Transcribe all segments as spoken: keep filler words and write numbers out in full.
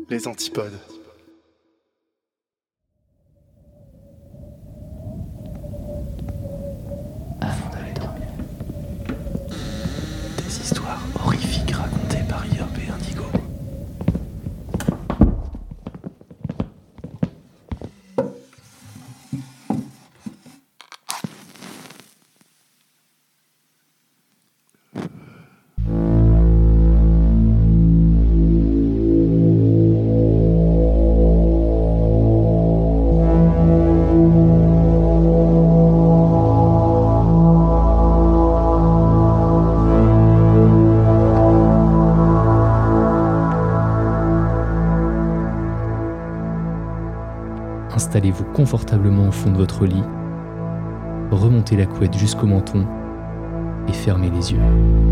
Les antipodes. Avant d'aller dormir. Des histoires horrifiques racontées par Yop et Indigo. Installez-vous confortablement au fond de votre lit, remontez la couette jusqu'au menton et fermez les yeux.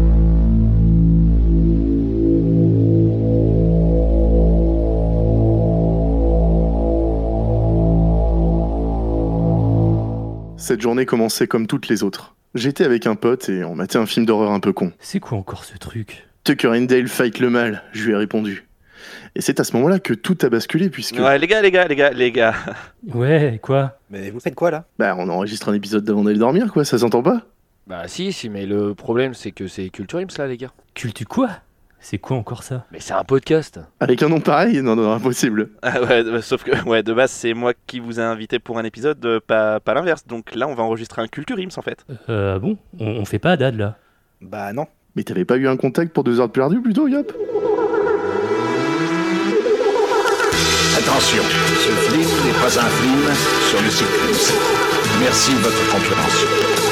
Cette journée commençait comme toutes les autres. J'étais avec un pote et on matait un film d'horreur un peu con. C'est quoi encore ce truc ? Tucker and Dale fight le mal, je lui ai répondu. Et c'est à ce moment-là que tout a basculé puisque... Ouais, les gars, les gars, les gars, les gars. Ouais, quoi ? Mais vous faites quoi là ? Bah, on enregistre un épisode d'avant d'aller dormir, quoi, ça s'entend pas ? Bah si, si, mais le problème c'est que c'est Culture Ims là, les gars. Cultu quoi ? C'est quoi encore ça ? Mais c'est un podcast. Avec un nom pareil ? Non, non, impossible. Ah ouais, bah, sauf que ouais, de base c'est moi qui vous ai invité pour un épisode, euh, pas, pas l'inverse. Donc là on va enregistrer un Culture Ims en fait. Euh, bon, on, on fait pas à dad là. Bah non. Mais t'avais pas eu un contact pour deux heures de perdu plutôt, Yop ? Attention, ce film n'est pas un film sur le cyclisme. Merci de votre compréhension.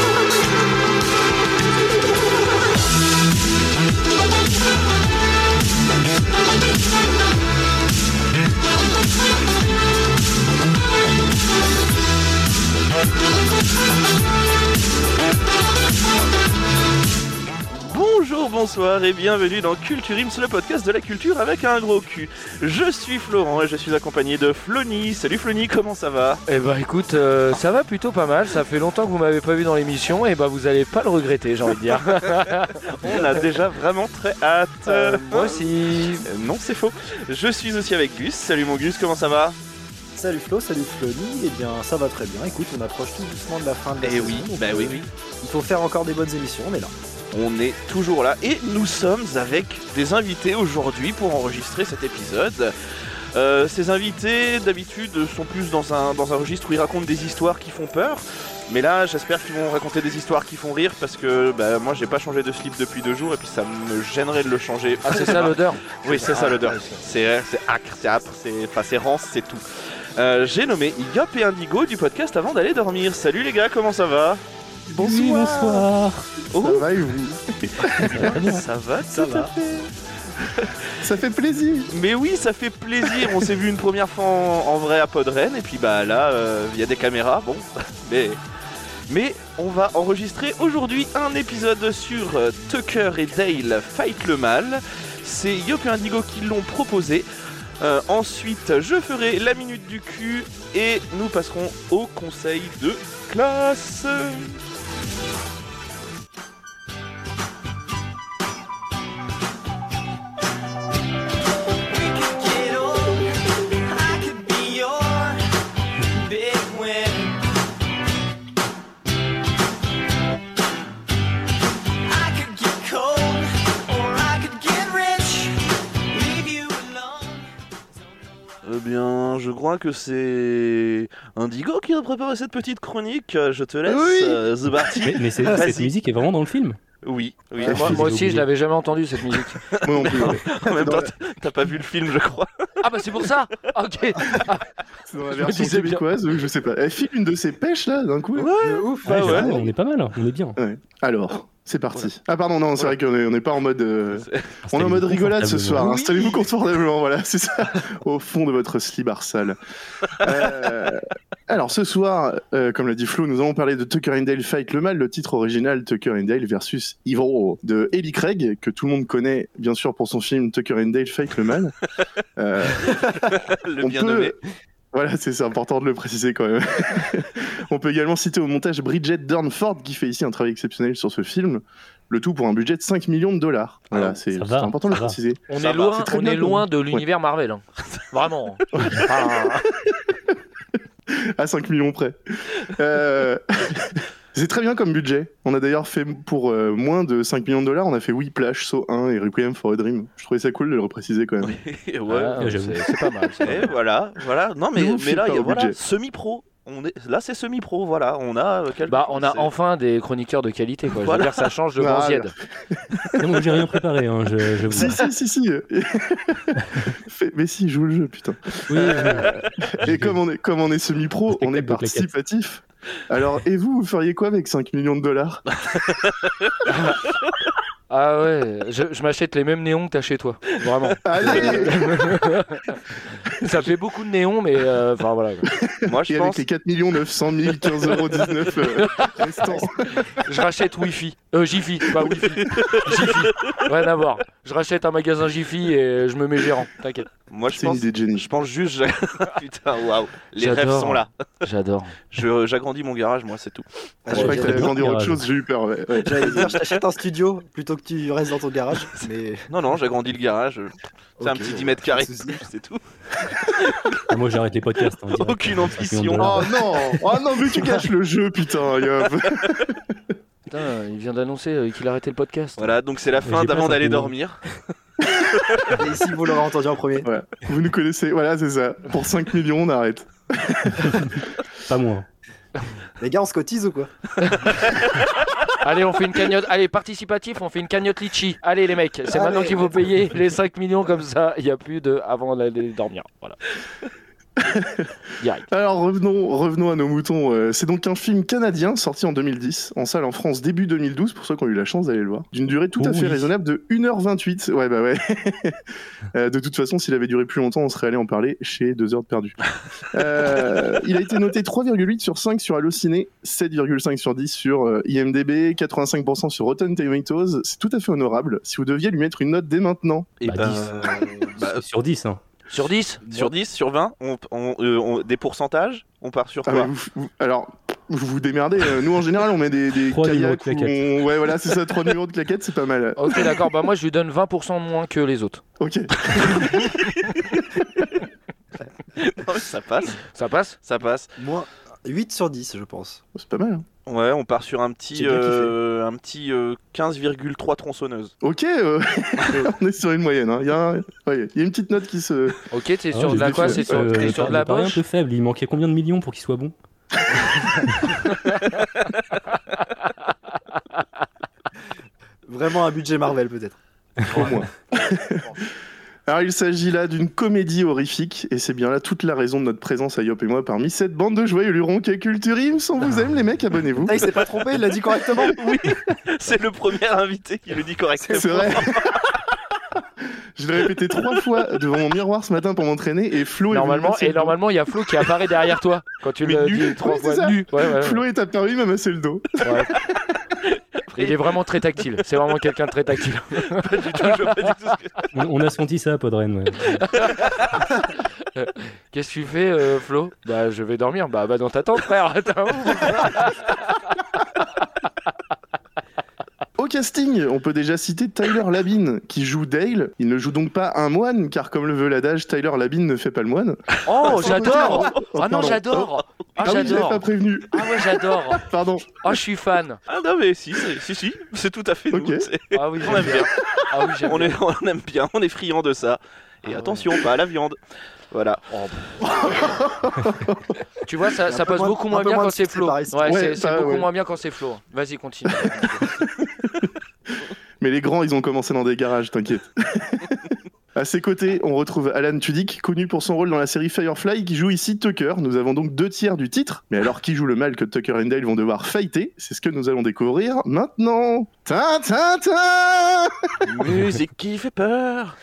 Bonjour, bonsoir et bienvenue dans Culture Ims, le podcast de la culture avec un gros cul. Je suis Florent et je suis accompagné de Flony. Salut Flony, comment ça va ? Eh bah écoute, euh, ça va plutôt pas mal, ça fait longtemps que vous m'avez pas vu dans l'émission et bah vous allez pas le regretter, j'ai envie de dire. On a déjà vraiment très hâte. Euh, moi aussi. Euh, non, c'est faux. Je suis aussi avec Gus. Salut mon Gus, comment ça va ? Salut Flo, salut Flony, eh bien ça va très bien. Écoute, on approche tout doucement de la fin de la Eh saison. oui, donc, bah euh, oui, oui. Il faut faire encore des bonnes émissions, on est là. On est toujours là et nous sommes avec des invités aujourd'hui pour enregistrer cet épisode. Euh, ces invités d'habitude sont plus dans un, dans un registre où ils racontent des histoires qui font peur. Mais là j'espère qu'ils vont raconter des histoires qui font rire parce que bah, moi j'ai pas changé de slip depuis deux jours et puis ça me gênerait de le changer. Ah c'est ça l'odeur ? Oui c'est ça l'odeur. C'est, c'est acre, c'est âpre, c'est, enfin, c'est rance, c'est tout. Euh, j'ai nommé Yop et Indigo du podcast Avant d'aller dormir. Salut les gars, comment ça va ? Bonsoir. Oui, bonsoir. Oh. Ça va et vous ? Ça va, Ça va. Ça fait plaisir. Mais oui, ça fait plaisir. On s'est vu une première fois en, en vrai à Podren et puis bah là, il euh, y a des caméras, bon. Mais, mais on va enregistrer aujourd'hui un épisode sur euh, Tucker et Dale fight le mal. C'est Yop et Indigo qui l'ont proposé. Euh, ensuite, je ferai la minute du cul et nous passerons au conseil de classe. Eh bien, je crois que c'est Indigo qui a préparé cette petite chronique. Je te laisse, Oui. euh, The Barty. Mais, mais c'est- cette musique est vraiment dans le film ? Oui, oui. Ouais, Moi, j'ai moi aussi oublié. je l'avais jamais entendu cette musique. Moi non plus. ouais. En même Dans temps, la- t'as- t'as pas vu le film, je crois. Ah bah c'est pour ça. Ok. C'est dans la Je me version disais bien. québécoise, ou je sais pas. Elle file une de ses pêches là, d'un coup. Ouais, ouf. bah ouais. j'avoue, on est pas mal, on est bien. Ouais. Alors, c'est parti. Ah pardon, non, c'est vrai qu'on est, on est pas en mode... euh, On est en Installez-vous mode rigolade ce soir. confortablement. Installez-vous confortablement, voilà, c'est ça, au fond de votre slip arsale. Euh, alors ce soir, euh, comme l'a dit Flo, nous allons parler de Tucker and Dale Fight le Mal, le titre original Tucker and Dale versus Evil de Ellie Craig, que tout le monde connaît bien sûr pour son film Tucker and Dale Fight le Mal. Euh, Le on bien peut- nommé. Voilà, c'est, c'est important de le préciser quand même. On peut également citer au montage Bridget Durnford qui fait ici un travail exceptionnel sur ce film. Le tout pour un budget de cinq millions de dollars. Voilà, Ah, c'est, ça c'est va, important de ça le va. préciser. On Ça est va, loin, c'est très on bien est comme- loin de Ouais. l'univers Marvel. hein. Vraiment. Ah. À cinq millions près. Euh... C'est très bien comme budget. On a d'ailleurs fait pour euh, moins de cinq millions de dollars, on a fait Whiplash, Saw un et Requiem for a Dream. Je trouvais ça cool de le repréciser quand même. Oui, ouais, Ah, c'est, c'est pas mal. C'est pas et mal. voilà, voilà. Non, mais, Nous, mais là, pas il y a au voilà, budget. semi-pro. On est... Là, c'est semi-pro, voilà. On a euh, quelque Bah, chose, on a c'est- enfin des chroniqueurs de qualité, quoi. Je Voilà. veux dire, ça change de Ah, bon Zied. Non, moi j'ai rien préparé, hein, je, je vous... Si, si, si, si. Fais- Mais si, joue le jeu, putain. Oui, Et comme on est, comme on est semi-pro, on est Spectacle de claquettes. participatif. Alors, et vous, vous feriez quoi avec cinq millions de dollars? Ah ouais, je, je m'achète les mêmes néons que t'as chez toi. Vraiment. Allez. Ça fait beaucoup de néons, mais euh, enfin voilà. quoi. Moi, je Et pense. avec les quatre millions neuf cent mille quinze euros dix-neuf euh, restants. Je rachète Wi-Fi. Euh, Jiffy, pas Wi-Fi. Jiffy. Rien à voir. Je rachète un magasin Jiffy et je me mets gérant. T'inquiète. Moi, je C'est une pense. idée de génie. Je pense juste. j'a- Putain, waouh. Les rêves J'adore. sont là. J'adore. Je, j'agrandis mon garage, moi, c'est tout. Ah, Je croyais que j'allais t'allais bien. grandir autre chose, j'ai eu peur. Ouais, ouais. j'allais dire, je t'achète un studio plutôt que tu restes dans ton garage. Mais Non, non, j'agrandis le garage. C'est un Ok, petit bon, dix mètres pas carrés, de soucis. c'est tout. moi j'arrête les podcasts. Hein, direct. Aucune Euh, ambition. cinq millions de dollars. Oh non, oh non, mais tu gâches le jeu, putain. Yop. Putain, il vient d'annoncer euh, qu'il arrêtait le podcast. Voilà, donc c'est la Mais fin j'ai pas d'avant d'aller cinq millions. dormir. Et ici, vous l'aurez entendu en premier. Voilà. Vous nous connaissez, voilà, c'est ça. Pour cinq millions, on arrête. Pas moins. Les gars, on se cotise ou quoi? Allez, on fait une cagnotte. Allez, participatif, on fait une cagnotte litchi. Allez, les mecs, c'est Allez. maintenant qu'il faut payer les cinq millions comme ça. Il n'y a plus de avant d'aller dormir. Voilà. Direct. Alors revenons, revenons à nos moutons. Euh, c'est donc un film canadien sorti en deux mille dix, en salle en France début deux mille douze, pour ceux qui ont eu la chance d'aller le voir, d'une durée tout à Oh fait oui. raisonnable de une heure vingt-huit. Ouais, bah ouais. Euh, de toute façon, s'il avait duré plus longtemps, on serait allé en parler chez deux heures de perdu. Euh, il a été noté trois virgule huit sur cinq sur Allociné, sept virgule cinq sur dix sur euh, I M D B, quatre-vingt-cinq pour cent sur Rotten Tomatoes. C'est tout à fait honorable. Si vous deviez lui mettre une note dès maintenant. Et Bah, ben, dix. bah, Sur dix, hein. Sur dix sur dix, sur vingt, on, on- euh, on- des pourcentages, on part sur Ah, quoi? mais vous- vous- alors, vous vous démerdez. Euh, Nous, en général, on met des, des Trois numéros de kayaks. où claquettes. on- Ouais, voilà, c'est ça, trois numéros de claquettes, c'est pas mal. Ok, d'accord. Bah, moi, je lui donne vingt pour cent de moins que les autres. Ok. Non, mais ça passe, Ça passe? ça passe. Moi, huit sur dix, je pense. C'est pas mal. hein. Ouais, on part sur un petit, J'ai bien kiffé. euh, un petit euh, quinze virgule trois tronçonneuses. Ok, euh, on est sur une moyenne. hein. Il y, a un- ouais, il y a une petite note qui se. Ok, t'es Ah, sur j'ai de la vu quoi? que- C'est sur, euh, t'es il sur par- de la il paraît un boche? peu faible. Il manquait combien de millions pour qu'il soit bon? Vraiment un budget Marvel, peut-être. Au moins. Alors, il s'agit là d'une comédie horrifique, et c'est bien là toute la raison de notre présence à Yop et moi parmi cette bande de joyeux lurons qu'est Culturims. On vous aime, les mecs, abonnez-vous. Ah, il s'est pas trompé, il l'a dit correctement. Oui, c'est le premier invité qui le dit correctement. C'est vrai. Je l'ai répété trois fois devant mon miroir ce matin pour m'entraîner, et Flo est venu Normalement, masser et le dos. normalement, il y a Flo qui apparaît derrière toi quand tu Mais le nu. dis trois Oui, c'est fois ça. nu. Ouais, ouais, ouais. Flo est apparu, il m'a massé le dos. Ouais. Il est vraiment très tactile. C'est vraiment quelqu'un de très tactile. Pas du tout, je vois pas du tout ce que- On, on a senti ça à Podren. Ouais. Qu'est-ce que tu fais, euh, Flo? Bah, je vais dormir. Bah, bah dans ta tente, frère. Attends. Au casting, on peut déjà citer Tyler Labine qui joue Dale. Il ne joue donc pas un moine, car comme le veut l'adage, Tyler Labine ne fait pas le moine. Oh, j'adore. Oh, Ah non, pardon. j'adore. Ah, Ah oui, je l'avais j'adore. pas prévenu. Ah ouais, j'adore. Pardon. Oh, je suis fan. Ah non, mais si, c'est- si, si, c'est tout à fait nous. Ok. c'est- Ah oui, On j'aime aime bien. Ah oui, j'aime On, bien. est, on aime bien, on est friand de ça. Et Ah attention, pas à la viande. Voilà. Tu vois, ça, Un ça peu passe moins- beaucoup un moins peu bien moins quand de c'est succès Flo. par Ouais, ici. Ouais, c'est c'est ça, beaucoup ouais. moins bien quand c'est Flo. Vas-y, continue. Mais les grands, ils ont commencé dans des garages, t'inquiète. À ses côtés, on retrouve Alan Tudyk, connu pour son rôle dans la série Firefly, qui joue ici Tucker. Nous avons donc deux tiers du titre. Mais alors, qui joue le mal que Tucker et Dale vont devoir fighter? C'est ce que nous allons découvrir maintenant. Ta ta ta Musique qui fait peur.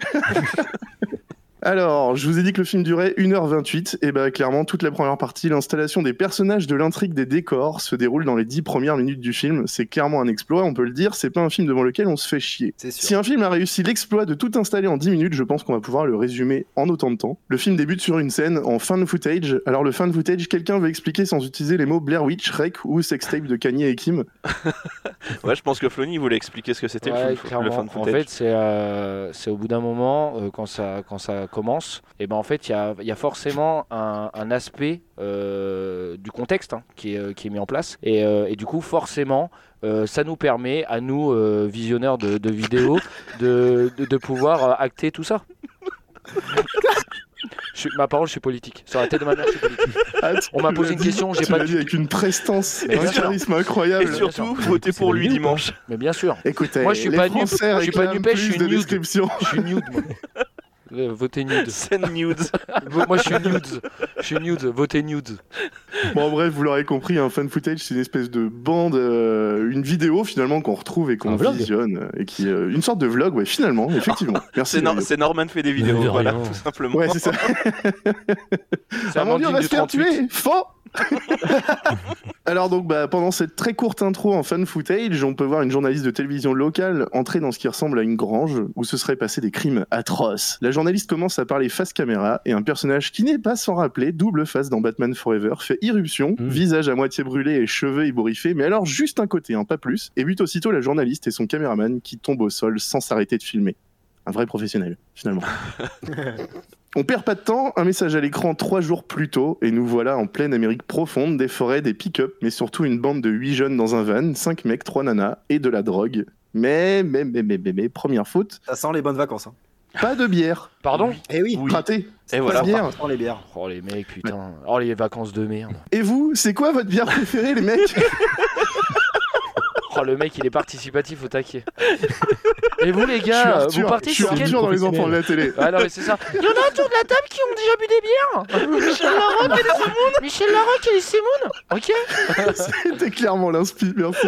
Alors, je vous ai dit que le film durait une heure vingt-huit, et bah clairement, toute la première partie, l'installation des personnages, de l'intrigue, des décors, se déroule dans les dix premières minutes du film. C'est clairement un exploit, on peut le dire, c'est pas un film devant lequel on se fait chier. C'est sûr. Si un film a réussi l'exploit de tout installer en dix minutes, je pense qu'on va pouvoir le résumer en autant de temps. Le film débute sur une scène en fan footage. Alors le fan footage, quelqu'un veut expliquer sans utiliser les mots Blair Witch, Rec ou sextape de Kanye et Kim? Ouais, je pense que Flony voulait expliquer ce que c'était Ouais, le, fo- le clairement. fan En footage. fait, c'est euh, c'est au bout d'un moment, euh, quand, ça, quand ça commence, et ben en fait il y a, y a forcément un, un aspect euh, du contexte hein, qui, est, qui est mis en place, et, euh, et du coup forcément euh, ça nous permet à nous euh, visionneurs de, de vidéos de, de, de pouvoir euh, acter tout ça. Je suis, ma parole, je suis politique. Sur la tête de ma mère, je suis politique. Ah, On m'a posé une dit, question, j'ai tu pas l'as du dit avec une prestance, Mais un bien sûr. charisme incroyable. Et surtout, votez pour lui C'est dimanche. Mais bien sûr. Écoutez, Moi, je suis les pas nude, Français je suis pas réclament nupé, je plus suis de nude. description. Je suis nude, moi. Euh, Votez nude. Send nudes. Moi, je suis nude. Je suis nude. Votez nude. Bon, bref, vous l'aurez compris, un fan footage, c'est une espèce de bande, euh, une vidéo finalement qu'on retrouve et qu'on Un vlog visionne, et qui, euh, une sorte de vlog, ouais, finalement, effectivement. Merci. C'est, Nor- Mario. c'est Norman fait des vidéos, de voilà, rien. tout simplement. Ouais, c'est ça. C'est Ah mon dieu, on Amandine va du se faire trente-huit. tuer. Faux. Alors donc, bah, pendant cette très courte intro en fan footage, on peut voir une journaliste de télévision locale entrer dans ce qui ressemble à une grange où se seraient passés des crimes atroces. La journaliste commence à parler face caméra et un personnage qui n'est pas sans rappeler double face dans Batman Forever fait irruption, Mmh. visage à moitié brûlé et cheveux ébouriffés, mais alors juste un côté, hein, pas plus, et bute aussitôt la journaliste et son caméraman qui tombent au sol sans s'arrêter de filmer. Un vrai professionnel, finalement. On perd pas de temps, un message à l'écran trois jours plus tôt, et nous voilà en pleine Amérique profonde, des forêts, des pick-up, mais surtout une bande de huit jeunes dans un van, cinq mecs, trois nanas, et de la drogue. Mais, mais, mais, mais, mais, mais, première faute, Ça sent les bonnes vacances. Hein. pas de bière. Pardon. Eh oui, Raté. Et Pas voilà. de bière. ça sent les bières. Oh les mecs, putain. Oh les vacances de merde. Et vous, c'est quoi votre bière préférée, les mecs? Oh le mec, il est participatif au taquet. Et vous les Je suis gars, vous Arthur, partez je suis sur quel... Arthur dans les enfants de la télé. Ah non mais c'est ça. Il y en a autour de la table qui ont déjà bu des bières. Michel Larocque et les Semoun. Michel Larocque et les Semoun. Ok. C'était clairement l'inspi, merci.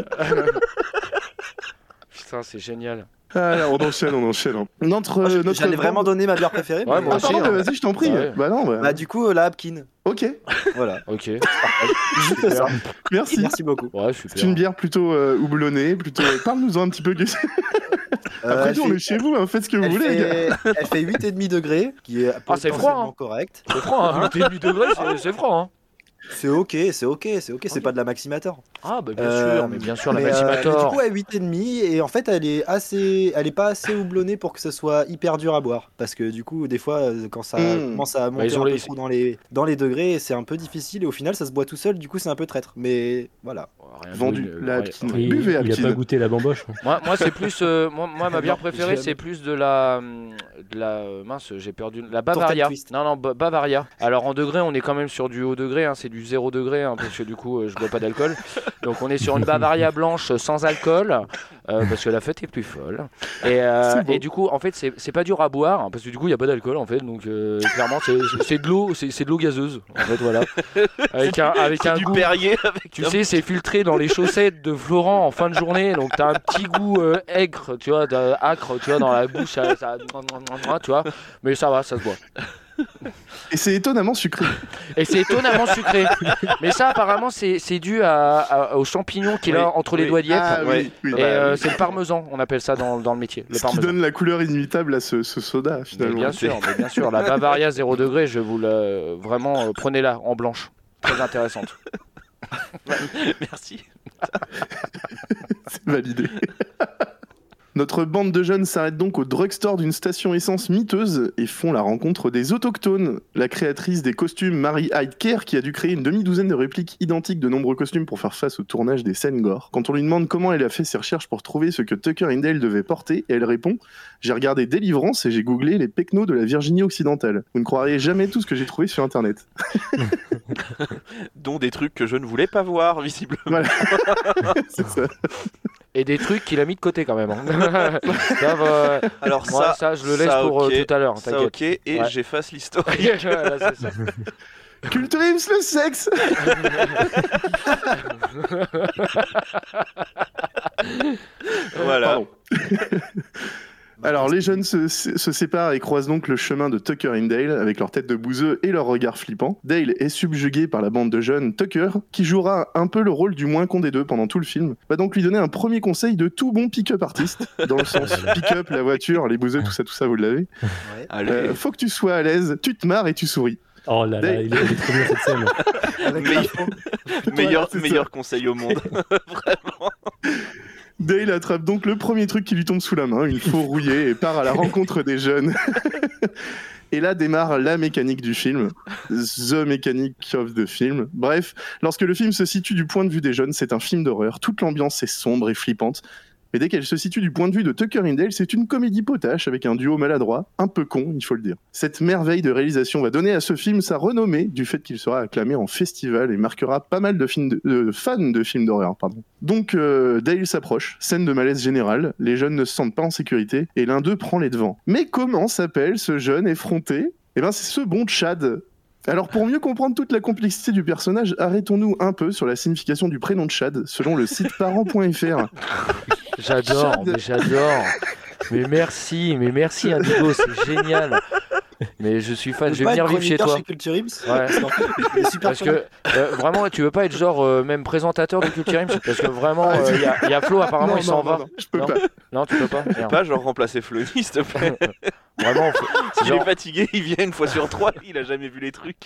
Putain, c'est génial. Ah, là, on enchaîne, on enchaîne. hein. Notre, Moi, notre J'allais vraiment bande- donner ma bière préférée. Ouais, mais- moi Ah, aussi, pardon, hein. mais vas-y, je t'en prie. Ouais. Bah non, bah, Bah, du coup, euh, la Hapkin. ok, Voilà. Ok. Juste ça. merci. Merci beaucoup. Ouais, super. C'est une bière plutôt euh, houblonnée, plutôt. Parle-nous-en un petit peu. que- Euh, Après elle tout, on fait- est chez vous, hein, faites ce que vous Elle voulez, les gars. fait, elle fait huit virgule cinq degrés, qui est Ah, c'est froid, potentiellement hein. correct. C'est franc, hein. huit virgule cinq degrés, c'est- c'est franc, hein. C'est ok, c'est ok, c'est ok, c'est pas de la Maximator. Ah bah bien Euh, sûr, mais bien sûr la Mais, euh, mais Maximator. du coup, à huit virgule cinq et en fait, elle est assez, elle est pas assez houblonnée pour que ce soit hyper dur à boire, parce que du coup, des fois, euh, quand ça Mm. commence à monter ils ont un peu les- trop dans les, dans les degrés, c'est un peu difficile et au final, ça se boit tout seul. Du coup, c'est un peu traître. Mais voilà. Rien Vendu, de- la ouais. Hapkin. Il, Buvez, il a Hapkin. pas goûté la bamboche. hein. Moi, moi c'est plus, euh, moi, moi, ma bière Non, préférée jamais. c'est plus de la, hum, de la euh, mince, j'ai perdu la Bavaria. Twist. Non non, Ba- Bavaria. Alors en degré, on est quand même sur du haut degré, hein, c'est du zéro degré, hein, parce que du coup, euh, je bois pas d'alcool. Donc on est sur une Bavaria blanche sans alcool, euh, parce que la fête est plus folle. Et, euh, C'est beau. et du coup, en fait, c'est c'est pas dur à boire, hein, parce que du coup, il y a pas d'alcool en fait, donc euh, clairement, c'est c'est de l'eau, c'est c'est de l'eau gazeuse, en fait, voilà, avec un avec C'est un du goût. Perrier avec Tu un- sais, c'est filtré dans les chaussettes de Florent en fin de journée, donc t'as un petit goût euh, aigre, tu vois, d'un- acre, tu vois, dans la bouche, ça, ça- tu vois, mais ça va, ça se voit. Et c'est étonnamment sucré. Et c'est étonnamment sucré. Mais ça, apparemment, c'est c'est dû à, à- aux champignons qu'il a Oui, entre les oui. doigts de Yep. Ah oui, Ouais. oui. Et euh, c'est le parmesan, on appelle ça dans, dans le métier, le Ce qui parmesan. donne la couleur inimitable à ce, ce soda, Mais finalement. bien sûr, mais bien sûr, la Bavaria zéro degré, je vous la vraiment euh, prenez-la en blanche, très intéressante. Merci. C'est validé. Notre bande de jeunes s'arrête donc au drugstore d'une station essence miteuse et font la rencontre des autochtones. La créatrice des costumes, Marie Heidker, qui a dû créer une demi-douzaine de répliques identiques de nombreux costumes pour faire face au tournage des scènes gore. Quand on lui demande comment elle a fait ses recherches pour trouver ce que Tucker and Dale devait porter, elle répond « J'ai regardé Délivrance et j'ai googlé les pecnos de la Virginie occidentale. Vous ne croiriez jamais tout ce que j'ai trouvé sur Internet. Dont des trucs que je ne voulais pas voir, visiblement. » Voilà. C'est ça. Et des trucs qu'il a mis de côté quand même. hein. Ça va. Alors Moi, ça, ça, je le laisse ça, pour euh, ok. tout à l'heure, Ça, t'inquiète. ok, et Ouais. j'efface l'historique. Voilà, c'est ça. Culturims le sexe. Voilà. Pardon. Alors, les jeunes se, se- se séparent et croisent donc le chemin de Tucker et Dale avec leur tête de bouseux et leur regard flippant. Dale est subjugué par la bande de jeunes. Tucker, qui jouera un peu le rôle du moins con des deux pendant tout le film, va donc lui donner un premier conseil de tout bon pick-up artiste, dans le sens pick-up, la voiture, les bouseux, tout ça, tout ça, vous l'avez. Ouais. Allez. Euh, faut que tu sois à l'aise, tu te marres et tu souris. Oh là là, Dave. il est, il est trop bien cette scène. Avec Mais- la fond. meilleur, c'est ça. meilleur conseil au monde. Vraiment. Dale attrape donc le premier truc qui lui tombe sous la main, une faux rouillée, et part à la rencontre des jeunes. Et là démarre la mécanique du film, the mechanic of the film. Bref, lorsque le film se situe du point de vue des jeunes, c'est un film d'horreur. Toute l'ambiance est sombre et flippante. Mais dès qu'elle se situe du point de vue de Tucker and Dale, c'est une comédie potache avec un duo maladroit, un peu con, il faut le dire. Cette merveille de réalisation va donner à ce film sa renommée du fait qu'il sera acclamé en festival et marquera pas mal de, films de, de fans de films d'horreur. Pardon. Donc euh, Dale s'approche, scène de malaise général, les jeunes ne se sentent pas en sécurité et l'un d'eux prend les devants. Mais comment s'appelle ce jeune effronté ? Eh ben c'est ce bon Chad. Alors pour mieux comprendre toute la complexité du personnage, arrêtons-nous un peu sur la signification du prénom de Chad selon le site parents point f r. J'adore, Chad. mais j'adore. Mais merci, mais merci Indigo, c'est génial. Mais je suis fan, je vais venir vivre chez toi. Chez Culture Ims. Ouais. Il est super Parce que euh, vraiment, tu veux pas être genre euh, même présentateur de Culture Ims parce que vraiment, il euh, y, y a Flo apparemment, Non, il s'en non, va. non, je peux non, pas. non, tu peux pas. Merde. Pas genre remplacer Flony, s'il te plaît. Vraiment, faut- S'il genre- est fatigué, il vient une fois sur trois, il a jamais vu les trucs.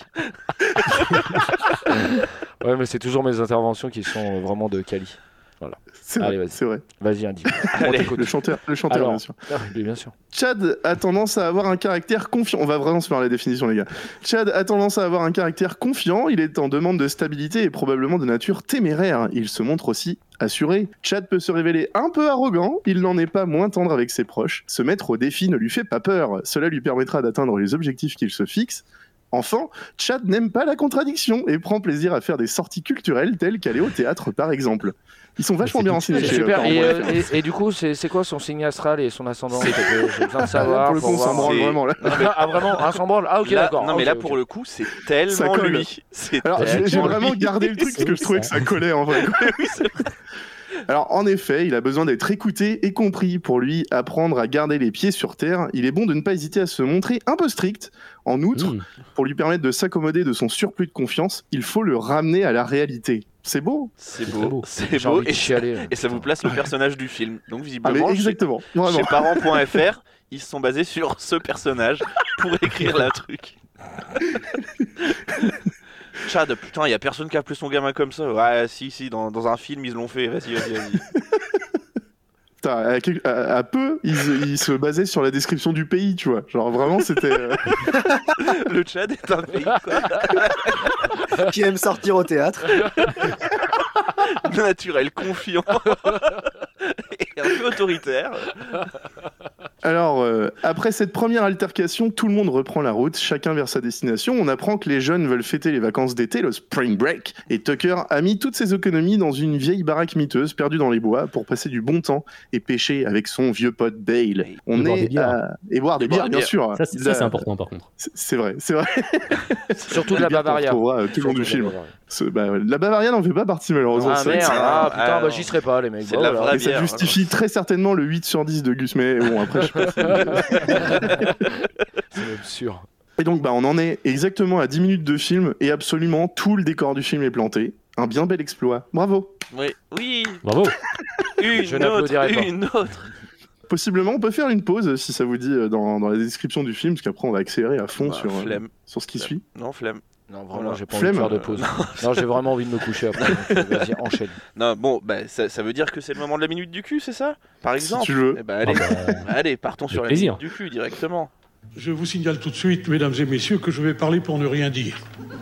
ouais, mais c'est toujours mes interventions qui sont euh, vraiment de quali. C'est Allez, vrai, vas-y. c'est vrai. Vas-y Indigo. On Allez, t'écoute. Le chanteur, le chanteur Alors. bien sûr. Ah, oui, bien sûr. Chad a tendance à avoir un caractère confiant. On va vraiment se faire la définition, les gars. Chad a tendance à avoir un caractère confiant. Il est en demande de stabilité et probablement de nature téméraire. Il se montre aussi assuré. Chad peut se révéler un peu arrogant. Il n'en est pas moins tendre avec ses proches. Se mettre au défi ne lui fait pas peur. Cela lui permettra d'atteindre les objectifs qu'il se fixe. Enfin, Chad n'aime pas la contradiction et prend plaisir à faire des sorties culturelles telles qu'aller au théâtre par exemple. Ils sont vachement c'est bien culturel. renseignés C'est chez super. euh, Et, Parents point F R. euh, et, et du coup, c'est c'est quoi son signe astral et son ascendant C'est- Parce que J'ai besoin de Ah, savoir. pour le coup, on voir. s'en branle c'est- vraiment là. Ah vraiment, un s'en branle. Ah ok, Là- d'accord. Non, mais Ok, là, ok. pour le coup, c'est Ça tellement colle. lui. C'est Alors, j'ai j'ai tellement vraiment lui. gardé le truc parce que je trouvais que ça collait en vrai. Oui, c'est vrai. Alors, en effet, il a besoin d'être écouté et compris. Pour lui, apprendre à garder les pieds sur terre, il est bon de ne pas hésiter à se montrer un peu strict. En outre, Mmh. pour lui permettre de s'accommoder de son surplus de confiance, il faut le ramener à la réalité. C'est beau. C'est très beau, beau. c'est J'ai beau, envie de et, chialer. là. et ça vous place le personnage du film. Donc Ah, mais visiblement, chez, exactement. Vraiment. chez parents point f r, ils se sont basés sur ce personnage pour écrire la truc. Chad, putain, il y a personne qui a appelé son gamin comme ça. Ouais, si, si, dans, dans un film, ils l'ont fait. Vas-y, vas-y, vas-y. Putain, à, quel- à- à peu, il se, il se basait sur la description du pays, tu vois. Genre, vraiment, c'était. euh, Le Tchad est un pays, quoi. Qui aime sortir au théâtre. Naturel, confiant. Et un peu autoritaire. Alors, euh, après cette première altercation, tout le monde reprend la route, chacun vers sa destination. On apprend que les jeunes veulent fêter les vacances d'été, le spring break. Et Tucker a mis toutes ses économies dans une vieille baraque miteuse perdue dans les bois pour passer du bon temps et pêcher avec son vieux pote Dale. On Et boire est des bières. à- et boire des Et bières, boire des bien bières. sûr. Ça, c'est Il ça, a- c'est important par contre. C'est c'est vrai, c'est vrai. Surtout de Les la bières qu'on Bavaria. retrouvera, euh, tout le long du Surtout de film. la Bavaria. Ce- bah, la Bavaria n'en fait pas partie malheureusement. Ah C'est vrai que merde, ça- ah Ah, putain, bah non. j'y serais pas les mecs. C'est Bon, de la voilà. vraie Et ça bière, justifie très certainement le huit sur dix de Gus, mais bon, après, je sais pas. si- C'est même sûr. Et donc, bah, on en est exactement à dix minutes de film et absolument tout le décor du film est planté. Un bien bel exploit. Bravo. Oui, oui, Bravo. une Je autre, n'applaudirai pas. une autre. Possiblement, on peut faire une pause si ça vous dit euh, dans, dans la description du film, parce qu'après, on va accélérer à fond Bah, sur, euh, flemme. sur ce qui suit. Non, flemme. Non, vraiment, Voilà. j'ai pas envie de Flemme. faire de pause. Non, j'ai vraiment envie de me coucher après. donc, euh, Vas-y, enchaîne. Non, bon, bah, ça, ça veut dire que c'est le moment de la minute du cul, c'est ça? Par exemple. tu veux. Eh bah, allez, Ah bah, allez, partons sur la plaisir. minute du cul directement. Je vous signale tout de suite, mesdames et messieurs, que je vais parler pour ne rien dire.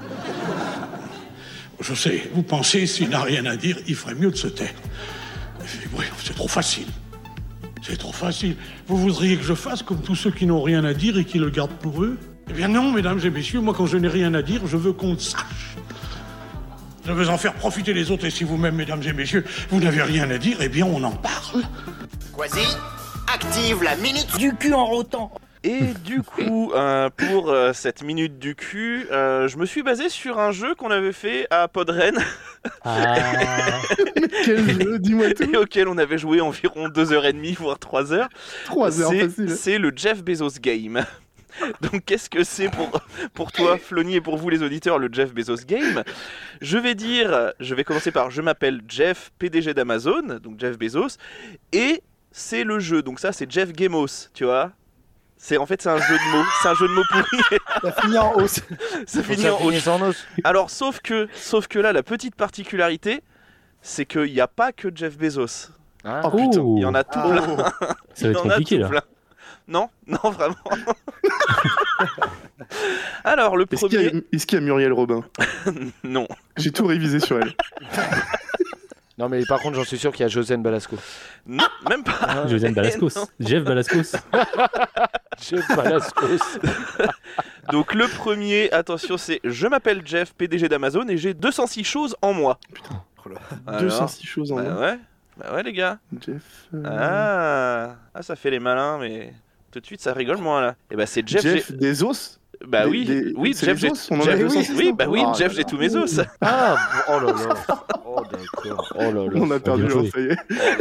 Je sais, vous pensez, s'il n'a rien à dire, il ferait mieux de se taire. Oui, c'est trop facile. C'est trop facile. Vous voudriez que je fasse comme tous ceux qui n'ont rien à dire et qui le gardent pour eux? Eh bien non, mesdames et messieurs, moi quand je n'ai rien à dire, je veux qu'on le sache. Je veux en faire profiter les autres, et si vous-même, mesdames et messieurs, vous n'avez rien à dire, eh bien on en parle. Quasi, active la minute du cul en rotant. Et du coup, euh, pour euh, cette minute du cul, euh, je me suis basé sur un jeu qu'on avait fait à Podren ah, Quel jeu, dis-moi tout. et auquel on avait joué environ deux heures trente, voire trois heures. Trois heures C'est- facile. C'est le Jeff Bezos Game. Donc qu'est-ce que c'est pour, pour toi, Flony, et pour vous les auditeurs, le Jeff Bezos Game? Je vais dire, je vais commencer par je m'appelle Jeff, P D G d'Amazon, donc Jeff Bezos, et c'est le jeu, donc ça c'est Jeff Gamos, tu vois. C'est en fait c'est un jeu de mots, c'est un jeu de mots pourri. Ça finit en hausse. Ça Faut finit ça en finisse en os. Alors sauf que, sauf que là la petite particularité, c'est qu'il n'y a pas que Jeff Bezos. Ah. Oh putain, Oh. Il y en a tout Ah. plein. ça va Il être y en a compliqué tout là. plein. Non, non vraiment. Alors, le Est-ce qu'il y, premier. a- est-ce qu'il y a Muriel Robin? Non. J'ai tout révisé sur elle. Non, mais par contre, j'en suis sûr qu'il y a Josiane Balasco. Non, même pas. Josiane Balascos. Non. Jeff Balascos. Jeff Balascos. Donc, le premier, attention, c'est je m'appelle Jeff, P D G d'Amazon, et j'ai deux cent six choses en moi. Oh là. Alors, deux cent six choses en Bah moi. ouais. Bah ouais, les gars. Jeff. euh, Ah. ah, ça fait les malins, mais tout de suite, ça rigole moins là. Et bah, c'est Jeff. Jeff j'ai- des os. Bah des- oui, des- oui, c'est Jeff, les j'ai. os, on en Jeff- avait oui, ça. oui, bah oui, Oh Jeff, là j'ai là. tous mes os. Ah, bon, oh là là. Oh, d'accord. Oh là là. On a perdu bien l'or, joué. ça y est.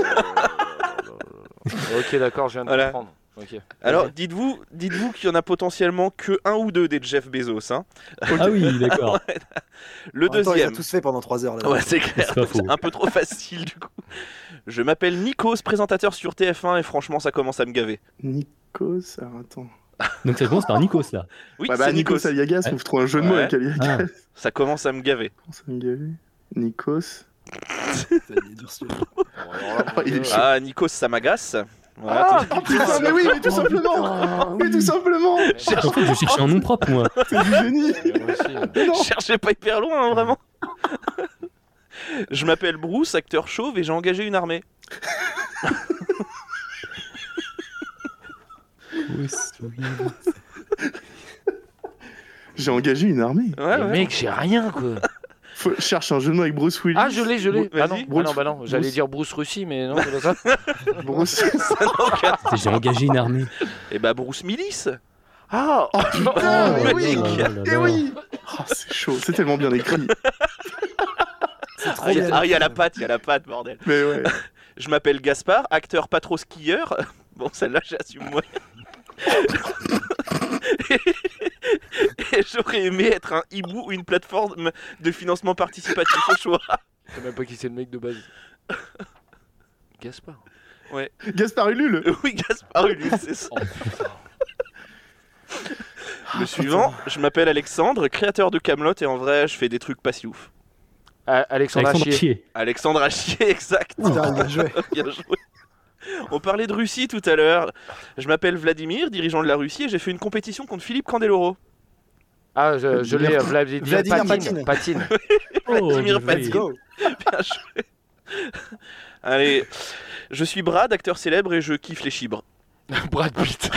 Ok, d'accord, je viens de Voilà. comprendre. Ok. Alors, dites-vous, dites-vous qu'il y en a potentiellement que un ou deux des Jeff Bezos. Hein. Ah oui, d'accord. Le En même temps, il a deuxième. tous fait pendant trois heures là. Ouais, c'est clair. C'est pas faux. C'est un peu trop facile du coup. Je m'appelle Nikos, présentateur sur T F un, et franchement, ça commence à me gaver. Nikos, alors attends. Donc ça commence par Nikos là. Oui, Ouais, bah, c'est Nikos Nikos. Aliagas, Ouais. on trouve un jeu de mots Ouais. avec Aliagas. Ah. Ça commence à me gaver. Ça me gavait. Nikos. Il est dur, celui-là. Ah, il est chaud. Ah, Nikos, ça m'agace. Voilà, Ah, tout- Putain, mais oui, mais tout simplement. Mais tout simplement. En fait, je cherchais un nom propre moi. C'est du génie. Moi aussi, euh. Mais non. Cherchez pas hyper loin, hein, vraiment. Je m'appelle Bruce, acteur chauve, et j'ai engagé une armée. J'ai engagé une armée. Ouais, Mais ouais. mec, j'ai rien quoi. Faut... Cherche un jeu de mots avec Bruce Willis. Ah, je l'ai, je l'ai. Vas-y. Ah non, ah non, bah non, j'allais Bruce. dire Bruce Russie, mais non, c'est pas ça. Bruce. Ça n'a aucun- J'ai engagé une armée. Et bah, Bruce Willis. Ah, Oh putain, Oh, mais oui. là là là Eh là. oui. Oh, c'est chaud, c'est tellement bien écrit. C'est trop Ah, il y a- bien. ah, il y a la patte, il y a la patte, bordel. Mais ouais. Je m'appelle Gaspard, acteur pas trop skieur. Bon, celle-là, j'assume moyen. Et j'aurais aimé être un hibou ou une plateforme de financement participatif au choix. je sais même pas qui c'est le mec de base. Gaspard. Gaspard Ulule. Oui, Gaspard Ulule, c'est ça. Oh putain. Le suivant, je m'appelle Alexandre, créateur de Camelot, et en vrai, je fais des trucs pas si ouf. Ah, Alexandre Alexandre Achier. Chier. Alexandre Achier, exact. Putain, bien joué. Bien joué. On parlait de Russie tout à l'heure. Je m'appelle Vladimir, dirigeant de la Russie, et j'ai fait une compétition contre Philippe Candeloro. Ah, je, je l'ai, euh, Vladimir, Vladimir Patine. Patine. Oh, Vladimir bien joué. Let's go. Bien joué. Allez, je suis Brad, acteur célèbre, et je kiffe les chibres. Brad Pitt.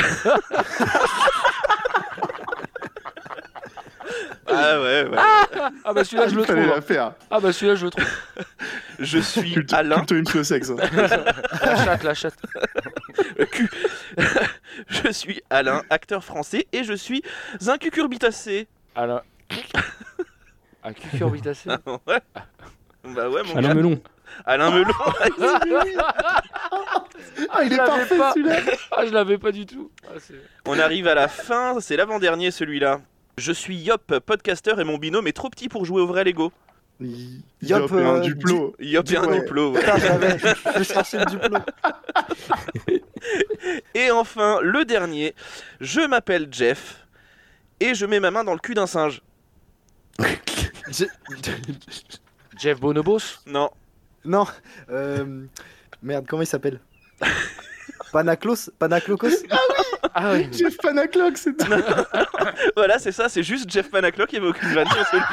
Ah ouais, ouais. Ah bah celui-là je le Il fallait trouve. la faire. Ah bah celui-là je le trouve. Je suis Culte, Alain. culte une le sexe. hein. La chatte, la chatte. Le cul. Je suis Alain, acteur français, et je suis un cucurbitacé. Alain. Un cucurbitacé. Ouais. Bah ouais, mon Alain gars. Melon. Alain Melon. Ah, il est Je l'avais parfait pas. celui-là. Ah je l'avais pas du tout. Ah, c'est- On arrive à la fin, c'est l'avant-dernier celui-là. Je suis Yop, podcasteur, et mon binôme est trop petit pour jouer au vrai Lego. Yop, Yop, et un euh, Duplo. Yop et un Ouais. Duplo. ouais. Putain, j'avais. Je cherchais le Duplo. Et enfin, le dernier, je m'appelle Jeff, et je mets ma main dans le cul d'un singe. J'ai- Jeff Bonobos. Non, Non. Euh... Merde, comment il s'appelle Panaclos Panaclocos Ah oui. Jeff Panaclock, c'est tout. voilà, c'est ça, c'est juste Jeff Panaclock qui avait aucune vanne sur celui.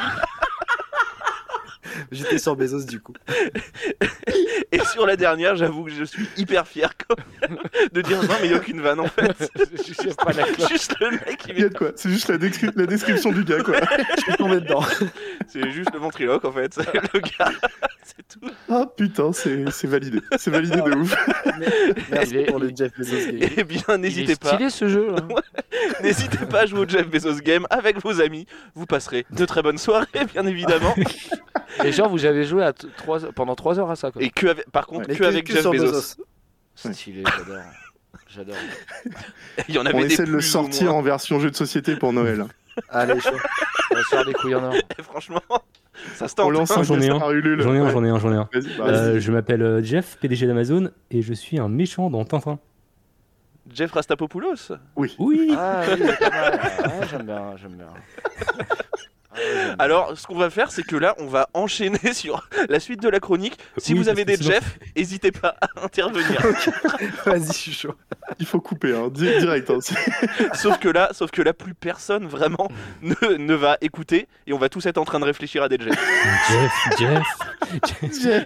J'étais sur Bezos du coup. Et sur la dernière, j'avoue que je suis hyper fier quand même de dire non, mais il n'y a aucune vanne en fait. Je sais pas la cloche. Juste le mec qui Il y a de quoi. C'est juste la, descri- la description du gars, quoi. Je suis tombé dedans. C'est juste le ventriloque en fait, c'est le gars, c'est tout. Ah putain, c'est c'est validé. C'est validé de ouf. Merci Il est- pour le Jeff Bezos game. Eh bien, Il est n'hésitez pas, stylé ce jeu là. n'hésitez pas à jouer au Jeff Bezos Game avec vos amis. Vous passerez de très bonnes soirées, bien évidemment. Et genre vous avez joué à t- trois- pendant trois heures à ça quoi. Et que avec, par contre, Mais que avec que Jeff sur Bezos. Stylé, j'adore. J'adore. Il y en avait On des essaie de le plus ou sortir moins. en version jeu de société pour Noël. Allez, chaud. On va se faire des couilles en or. Et franchement, ça se tente. On lance un J'en ai un. Gaspard Ulule. J'en ai un, Ouais. j'en ai un, j'en ai un. Vas-y, bah, Euh, vas-y. je m'appelle euh, Jeff, P D G d'Amazon, et je suis un méchant dans Tintin. Jeff Rastapopoulos. Oui. Ah oui, pas mal. Ah, j'aime bien, j'aime bien. Alors, ce qu'on va faire, c'est que là, on va enchaîner sur la suite de la chronique. Si Oui, vous avez parce des que sinon- Jeff, n'hésitez pas à intervenir. Vas-y, je suis chaud. Il faut couper, hein, di- direct. Hein. sauf que là, sauf que là, plus personne vraiment ne, ne va écouter et on va tous être en train de réfléchir à des Jeff. Jeff, Jeff. Jeff.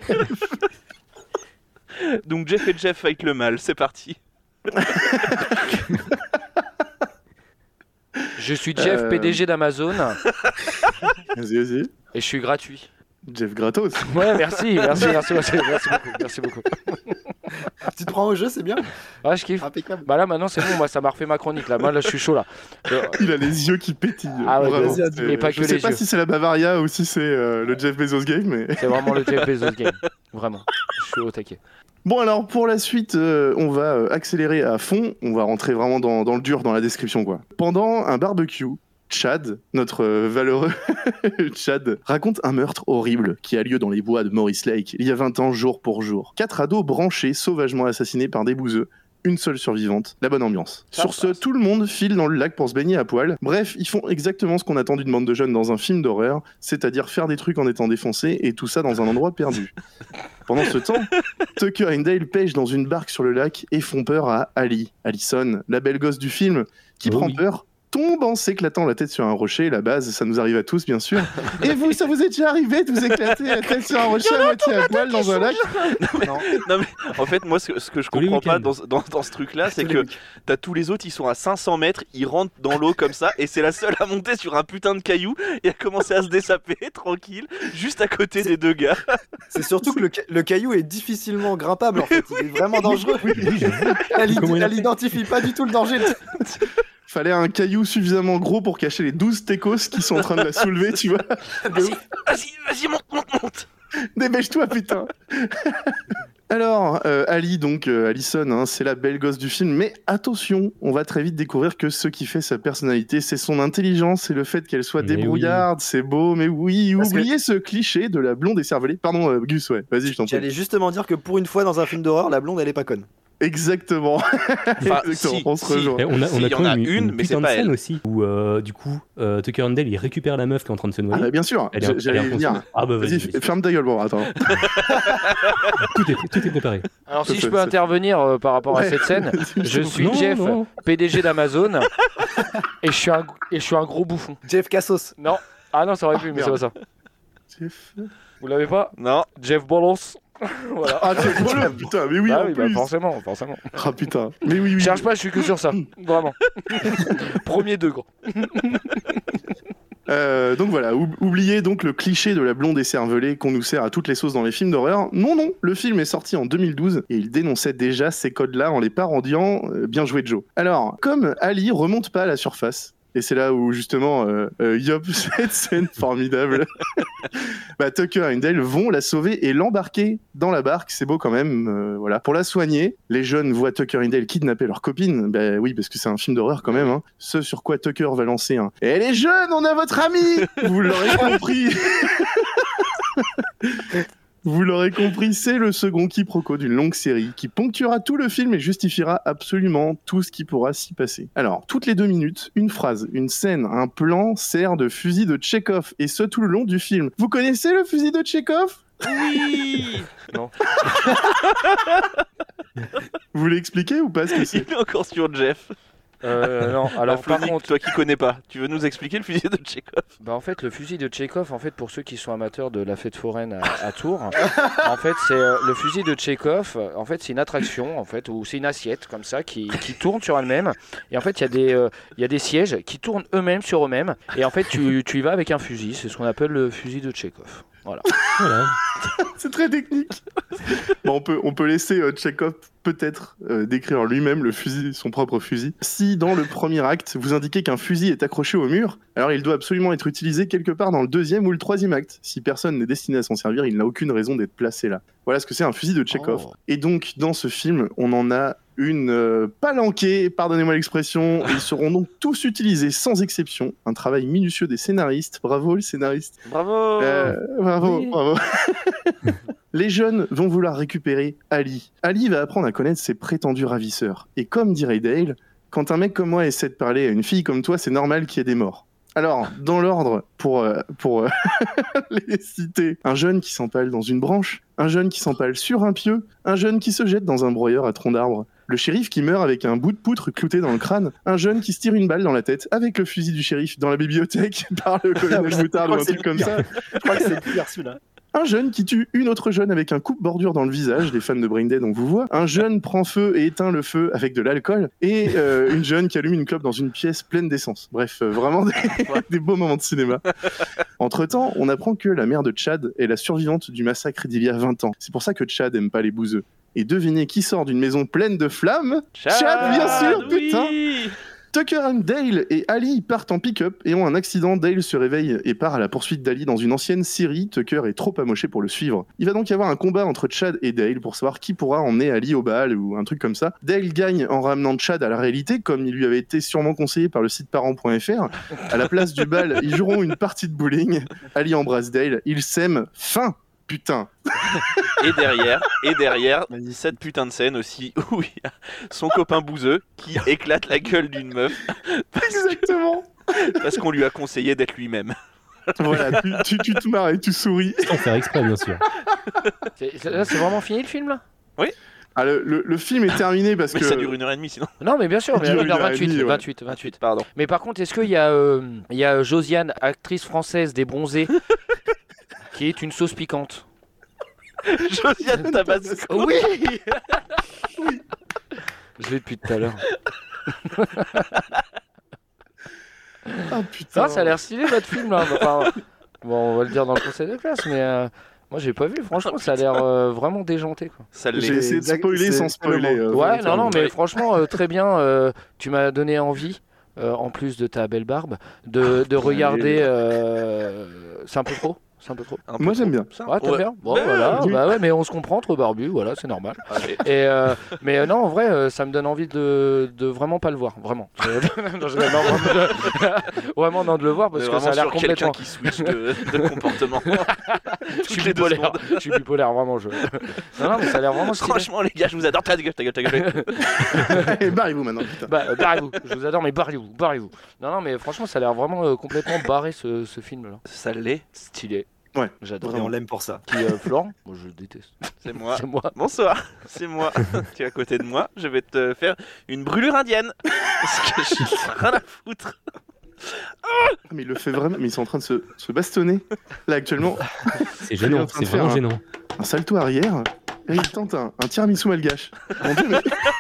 Donc Jeff et Jeff avec le mal, c'est parti. Je suis Jeff, Euh. P D G d'Amazon, Vas-y, vas-y. et je suis gratuit. Jeff Gratos. Ouais, merci, merci, merci, merci, merci beaucoup, merci beaucoup. Tu te prends au jeu, c'est bien. Ouais, je kiffe. Impeccable. Bah là, maintenant, c'est bon, moi, ça m'a refait ma chronique, là. Moi, là, je suis chaud, là. Euh, Il a les yeux qui pétillent. Ah ouais, vraiment. vas-y, C'est- mais pas je que sais les pas yeux. si c'est la Bavaria ou si c'est euh, le Jeff Bezos game, mais. C'est vraiment le Jeff Bezos game. Vraiment. Je suis au taquet. Bon alors pour la suite, euh, on va euh, accélérer à fond, on va rentrer vraiment dans, dans le dur, dans la description quoi. Pendant un barbecue, Chad, notre euh, valeureux Chad, raconte un meurtre horrible qui a lieu dans les bois de Morris Lake il y a vingt ans jour pour jour. Quatre ados branchés, sauvagement assassinés par des bouseux. Une seule survivante, la bonne ambiance. Ça Sur ce, passe. tout le monde file dans le lac pour se baigner à poil. Bref, ils font exactement ce qu'on attend d'une bande de jeunes dans un film d'horreur, c'est-à-dire faire des trucs en étant défoncés et tout ça dans un endroit perdu. Pendant ce temps, Tucker et Dale pêchent dans une barque sur le lac et font peur à Ali, Allison, la belle gosse du film, qui Oh prend oui. peur, tombe en s'éclatant la tête sur un rocher. La base, ça nous arrive à tous, bien sûr. Et vous, ça vous est déjà arrivé de vous éclater la tête sur un rocher à moitié à poil dans un lac? Non mais en fait moi ce, ce que je Tous les comprends pas dans, week-ends. dans, dans ce truc là c'est Tous les que week- t'as tous les autres ils sont à cinq cents mètres, ils rentrent dans l'eau comme ça et c'est la seule à monter sur un putain de caillou et à commencer à se dessaper tranquille juste à côté des deux gars. C'est surtout que le, ca- le caillou est difficilement grimpable en fait. Il est vraiment dangereux. Elle, Comment il a elle fait identifie pas du tout le danger. Fallait un caillou suffisamment gros pour cacher les douze techos qui sont en train de la soulever, tu vois. Vas-y, vas-y, vas-y monte, monte, monte. Dépêche-toi, putain. Alors, euh, Ali, donc euh, Allison, hein, c'est la belle gosse du film, mais attention, on va très vite découvrir que ce qui fait sa personnalité, c'est son intelligence et le fait qu'elle soit Mais débrouillarde, c'est beau, mais oui, Parce que- oubliez ce cliché de la blonde écervelée. Pardon, euh, Gus, ouais, vas-y, je t'en prie. J'allais justement dire que pour une fois dans un film d'horreur, la blonde elle est pas conne. Exactement. Enfin, Exactement, si, on se si. rejoint. Et on a, Si, on il a y quand en a même une, mais c'est putain de pas scène elle. aussi où euh, du coup euh, Tucker and Dale il récupère la meuf qui est en train de se Ah noyer. bah bien sûr, Elle est- j'allais elle est y venir. inconsciente. Ah bah vas-y, Vas-y, vas-y. ferme ta gueule, bon, attends. tout est tout est préparé. Alors, si Ça, je ça, peux ça- intervenir euh, par rapport à Ouais. cette scène, je suis Non, Jeff, non. P D G d'Amazon, et je suis un et je suis un gros bouffon. Jeff Cassos. Non. Ah non, ça aurait pu, Ah, mais c'est pas ça. Jeff. Vous l'avez pas? Non, Jeff Bolos. Voilà. Ah, Jeff Bolos, putain, mais oui, Bah en oui, bah plus. forcément, forcément. Ah putain, mais oui, oui. Je cherche pas, je suis que sur ça. Vraiment. Premier degré. Euh, donc voilà, oub- oubliez donc le cliché de la blonde écervelée qu'on nous sert à toutes les sauces dans les films d'horreur. Non, non, le film est sorti en deux mille douze et il dénonçait déjà ces codes-là en les parodiant. Euh, bien joué Joe. Alors, comme Ali remonte pas à la surface, et c'est là où justement, euh, euh, Yop, cette scène formidable, bah, Tucker et Dale vont la sauver et l'embarquer dans la barque. C'est beau quand même, euh, voilà. Pour la soigner, les jeunes voient Tucker et Dale kidnapper leur copine. Bah oui, parce que c'est un film d'horreur quand même. Hein. Ce sur quoi Tucker va lancer un. Et les jeunes, on a votre ami. Vous l'aurez compris. Vous l'aurez compris, c'est le second quiproquo d'une longue série qui ponctuera tout le film et justifiera absolument tout ce qui pourra s'y passer. Alors, toutes les deux minutes, une phrase, une scène, un plan sert de fusil de Tchekhov, et ce tout le long du film. Vous connaissez le fusil de Tchekhov ? oui. Non. Vous voulez expliquer ou pas ce que c'est ? Il est encore sur Jeff. Euh, non, alors Alors, par contre, toi qui connais pas, tu veux nous expliquer le fusil de Tchekhov? bah en fait le fusil de Tchekhov, en fait pour ceux qui sont amateurs de la fête foraine à, à Tours, en fait c'est euh, le fusil de Tchekhov. euh, En fait c'est une attraction en fait ou c'est une assiette comme ça qui, qui tourne sur elle-même et en fait il y a des euh, il y a des sièges qui tournent eux-mêmes sur eux-mêmes et en fait tu, tu y vas avec un fusil. C'est ce qu'on appelle le fusil de Tchekhov. Voilà. Voilà. C'est très technique. Bon, on peut, on peut laisser euh, Tchekhov peut-être euh, décrire lui-même le fusil, son propre fusil. Si dans le premier acte, vous indiquez qu'un fusil est accroché au mur, alors il doit absolument être utilisé quelque part dans le deuxième ou le troisième acte. Si personne n'est destiné à s'en servir, il n'a aucune raison d'être placé là. Voilà ce que c'est un fusil de Tchekhov. Oh. Et donc, dans ce film, on en a une euh, palanquée, pardonnez-moi l'expression. Ils seront donc tous utilisés sans exception. Un travail minutieux des scénaristes. Bravo les scénaristes. Bravo. Euh, bravo, Oui. bravo. Les jeunes vont vouloir récupérer Ali. Ali va apprendre à connaître ses prétendus ravisseurs. Et comme dirait Dale, quand un mec comme moi essaie de parler à une fille comme toi, c'est normal qu'il y ait des morts. Alors, dans l'ordre, pour, euh, pour euh, les citer, un jeune qui s'empale dans une branche, un jeune qui s'empale sur un pieu, un jeune qui se jette dans un broyeur à tronc d'arbre, le shérif qui meurt avec un bout de poutre clouté dans le crâne, un jeune qui se tire une balle dans la tête avec le fusil du shérif dans la bibliothèque par le colonel Moutarde ou un truc comme ça. Je crois que c'est le pire celui-là. Un jeune qui tue une autre jeune avec un coupe-bordure dans le visage, les fans de Brain Dead on vous voit. Un jeune prend feu et éteint le feu avec de l'alcool. Et euh, une jeune qui allume une clope dans une pièce pleine d'essence. Bref, euh, vraiment des, des beaux moments de cinéma. Entre-temps, on apprend que la mère de Chad est la survivante du massacre d'il y a vingt ans. C'est pour ça que Chad aime pas les bouseux. Et devinez qui sort d'une maison pleine de flammes ? Chad, Chad, bien sûr, oui. putain. Tucker and Dale et Ali partent en pick-up et ont un accident. Dale se réveille et part à la poursuite d'Ali dans une ancienne scierie. Tucker est trop amoché pour le suivre. Il va donc y avoir un combat entre Chad et Dale pour savoir qui pourra emmener Ali au bal ou un truc comme ça. Dale gagne en ramenant Chad à la réalité, comme il lui avait été sûrement conseillé par le site parents point f r. À la place du bal, ils joueront une partie de bowling. Ali embrasse Dale, ils s'aiment. Fin. Putain. Et derrière, et derrière, cette putain de scène aussi où il y a son copain bouseux qui éclate la gueule d'une meuf. Exactement. Que, parce qu'on lui a conseillé d'être lui-même. Voilà, tu, tu, tu te marres et tu souris. Sans faire exprès, bien sûr. C'est, là, c'est vraiment fini le film là ? Oui. Ah, le, le, le film est terminé parce mais que... ça dure une heure et demie sinon. Non mais bien sûr, mais une heure vingt-huit, ouais. vingt-huit, vingt-huit. Pardon. Mais par contre, est-ce qu'il y a, euh, il y a Josiane, actrice française des Bronzés, qui est une sauce piquante ? Josiane Tabasco. Oui. Oui. Je l'ai depuis tout à l'heure. Ah putain. Ah, ça a l'air stylé votre film là. Enfin, bon, on va le dire dans le conseil de classe, mais euh, moi j'ai pas vu. Franchement, ça a l'air euh, vraiment déjanté quoi. Ça J'ai essayé de spoiler sans spoiler. Euh, ouais, non, non, mais franchement, euh, très bien. Euh, tu m'as donné envie. Euh, en plus de ta belle barbe, de, de regarder. Euh... C'est un peu trop. C'est un peu trop. Un Moi j'aime bien. Ouais, t'aimes ouais. bien. Bon, mais voilà. oui. Bah ouais, mais on se comprend entre barbus, voilà, c'est normal. Allez. Et euh, mais euh, non, en vrai, euh, ça me donne envie de, de vraiment pas le voir, vraiment. non, je, non, vraiment, vraiment non de le voir parce que ça a l'air complètement. Quelqu'un qui switch de, de comportement. Je suis bipolaire. Je suis bipolaire, vraiment. Je. Non, non, mais ça a l'air vraiment. Stylé. Franchement, les gars, je vous adore. Ta gueule, ta gueule, ta gueule. Et barrez-vous maintenant. Putain. Bah, euh, barrez-vous. Je vous adore, mais barrez-vous, barrez-vous. Non, non, mais franchement, ça a l'air vraiment euh, complètement barré ce, ce film là. Ça l'est. Stylé. Ouais, j'adore. Et on l'aime pour ça. Qui euh, Florent ? Moi je le déteste. C'est moi. C'est moi. Bonsoir, c'est moi. Tu es à côté de moi. Je vais te faire une brûlure indienne. Parce que je suis rien à foutre. Mais il le fait vraiment. Mais ils sont en train de se, se bastonner là actuellement. C'est gênant. C'est vraiment un, gênant. Un salto arrière. Et il tente un, un tiramisu malgache. Mon Dieu, mais.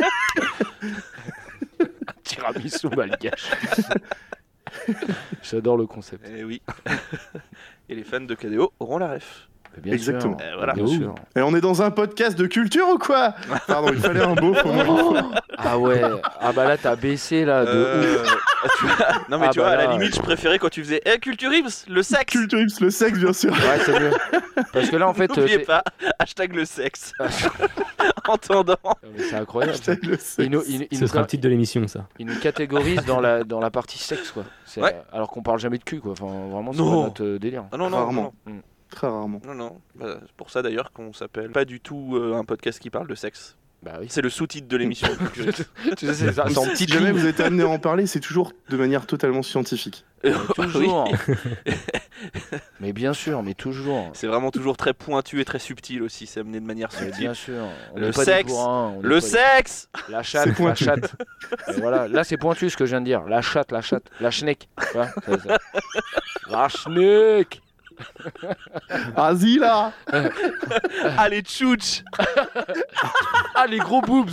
Un tiramisu malgache. J'adore le concept. Et oui. Et les fans de K D O auront la ref. Bien Exactement. Et, voilà. Bien sûr. Et on est dans un podcast de culture ou quoi ? Pardon, il fallait un beau faux mot. Ah ouais. Ah bah là t'as baissé là de euh... ouf. Tu vois... Non mais ah tu bah vois, là... à la limite, je préférais quand tu faisais Eh, Culture Ips, le sexe. Culture Ips, le sexe, bien sûr. Ouais, c'est mieux. Parce que là en fait. N'oubliez t'es... pas, hashtag le sexe. Entendant. Mais c'est incroyable. Hashtag le sexe. Il nous, il, il Ce nous... sera le titre de l'émission, ça. Il nous catégorise dans la, dans la partie sexe, quoi. C'est... Ouais. Alors qu'on parle jamais de cul, quoi. Enfin, vraiment, c'est Non. pas notre euh, délire. Ah non, non, Rarement. non. Mm. Très rarement. Non, non. Bah, c'est pour ça d'ailleurs qu'on s'appelle pas du tout euh, un podcast qui parle de sexe. Bah oui. C'est le sous-titre de l'émission. Tu sais, c'est ça. C'est en Si petite jamais ligne. vous êtes amené à en parler, c'est toujours de manière totalement scientifique. Mais toujours. Oui. Mais bien sûr, mais toujours. C'est vraiment toujours très pointu et très subtil aussi. C'est amené de manière Mais subtile. bien sûr. On Le est pas sexe. des bourrins, on est Le pas sexe. des- La C'est chatte, la pointu. chatte. Et voilà, là c'est pointu ce que je viens de dire. La chatte, la chatte, la schneck. Tu vois, c'est ça. La schneck. Vas-y là. Allez, tchouch. Ah les gros boobs.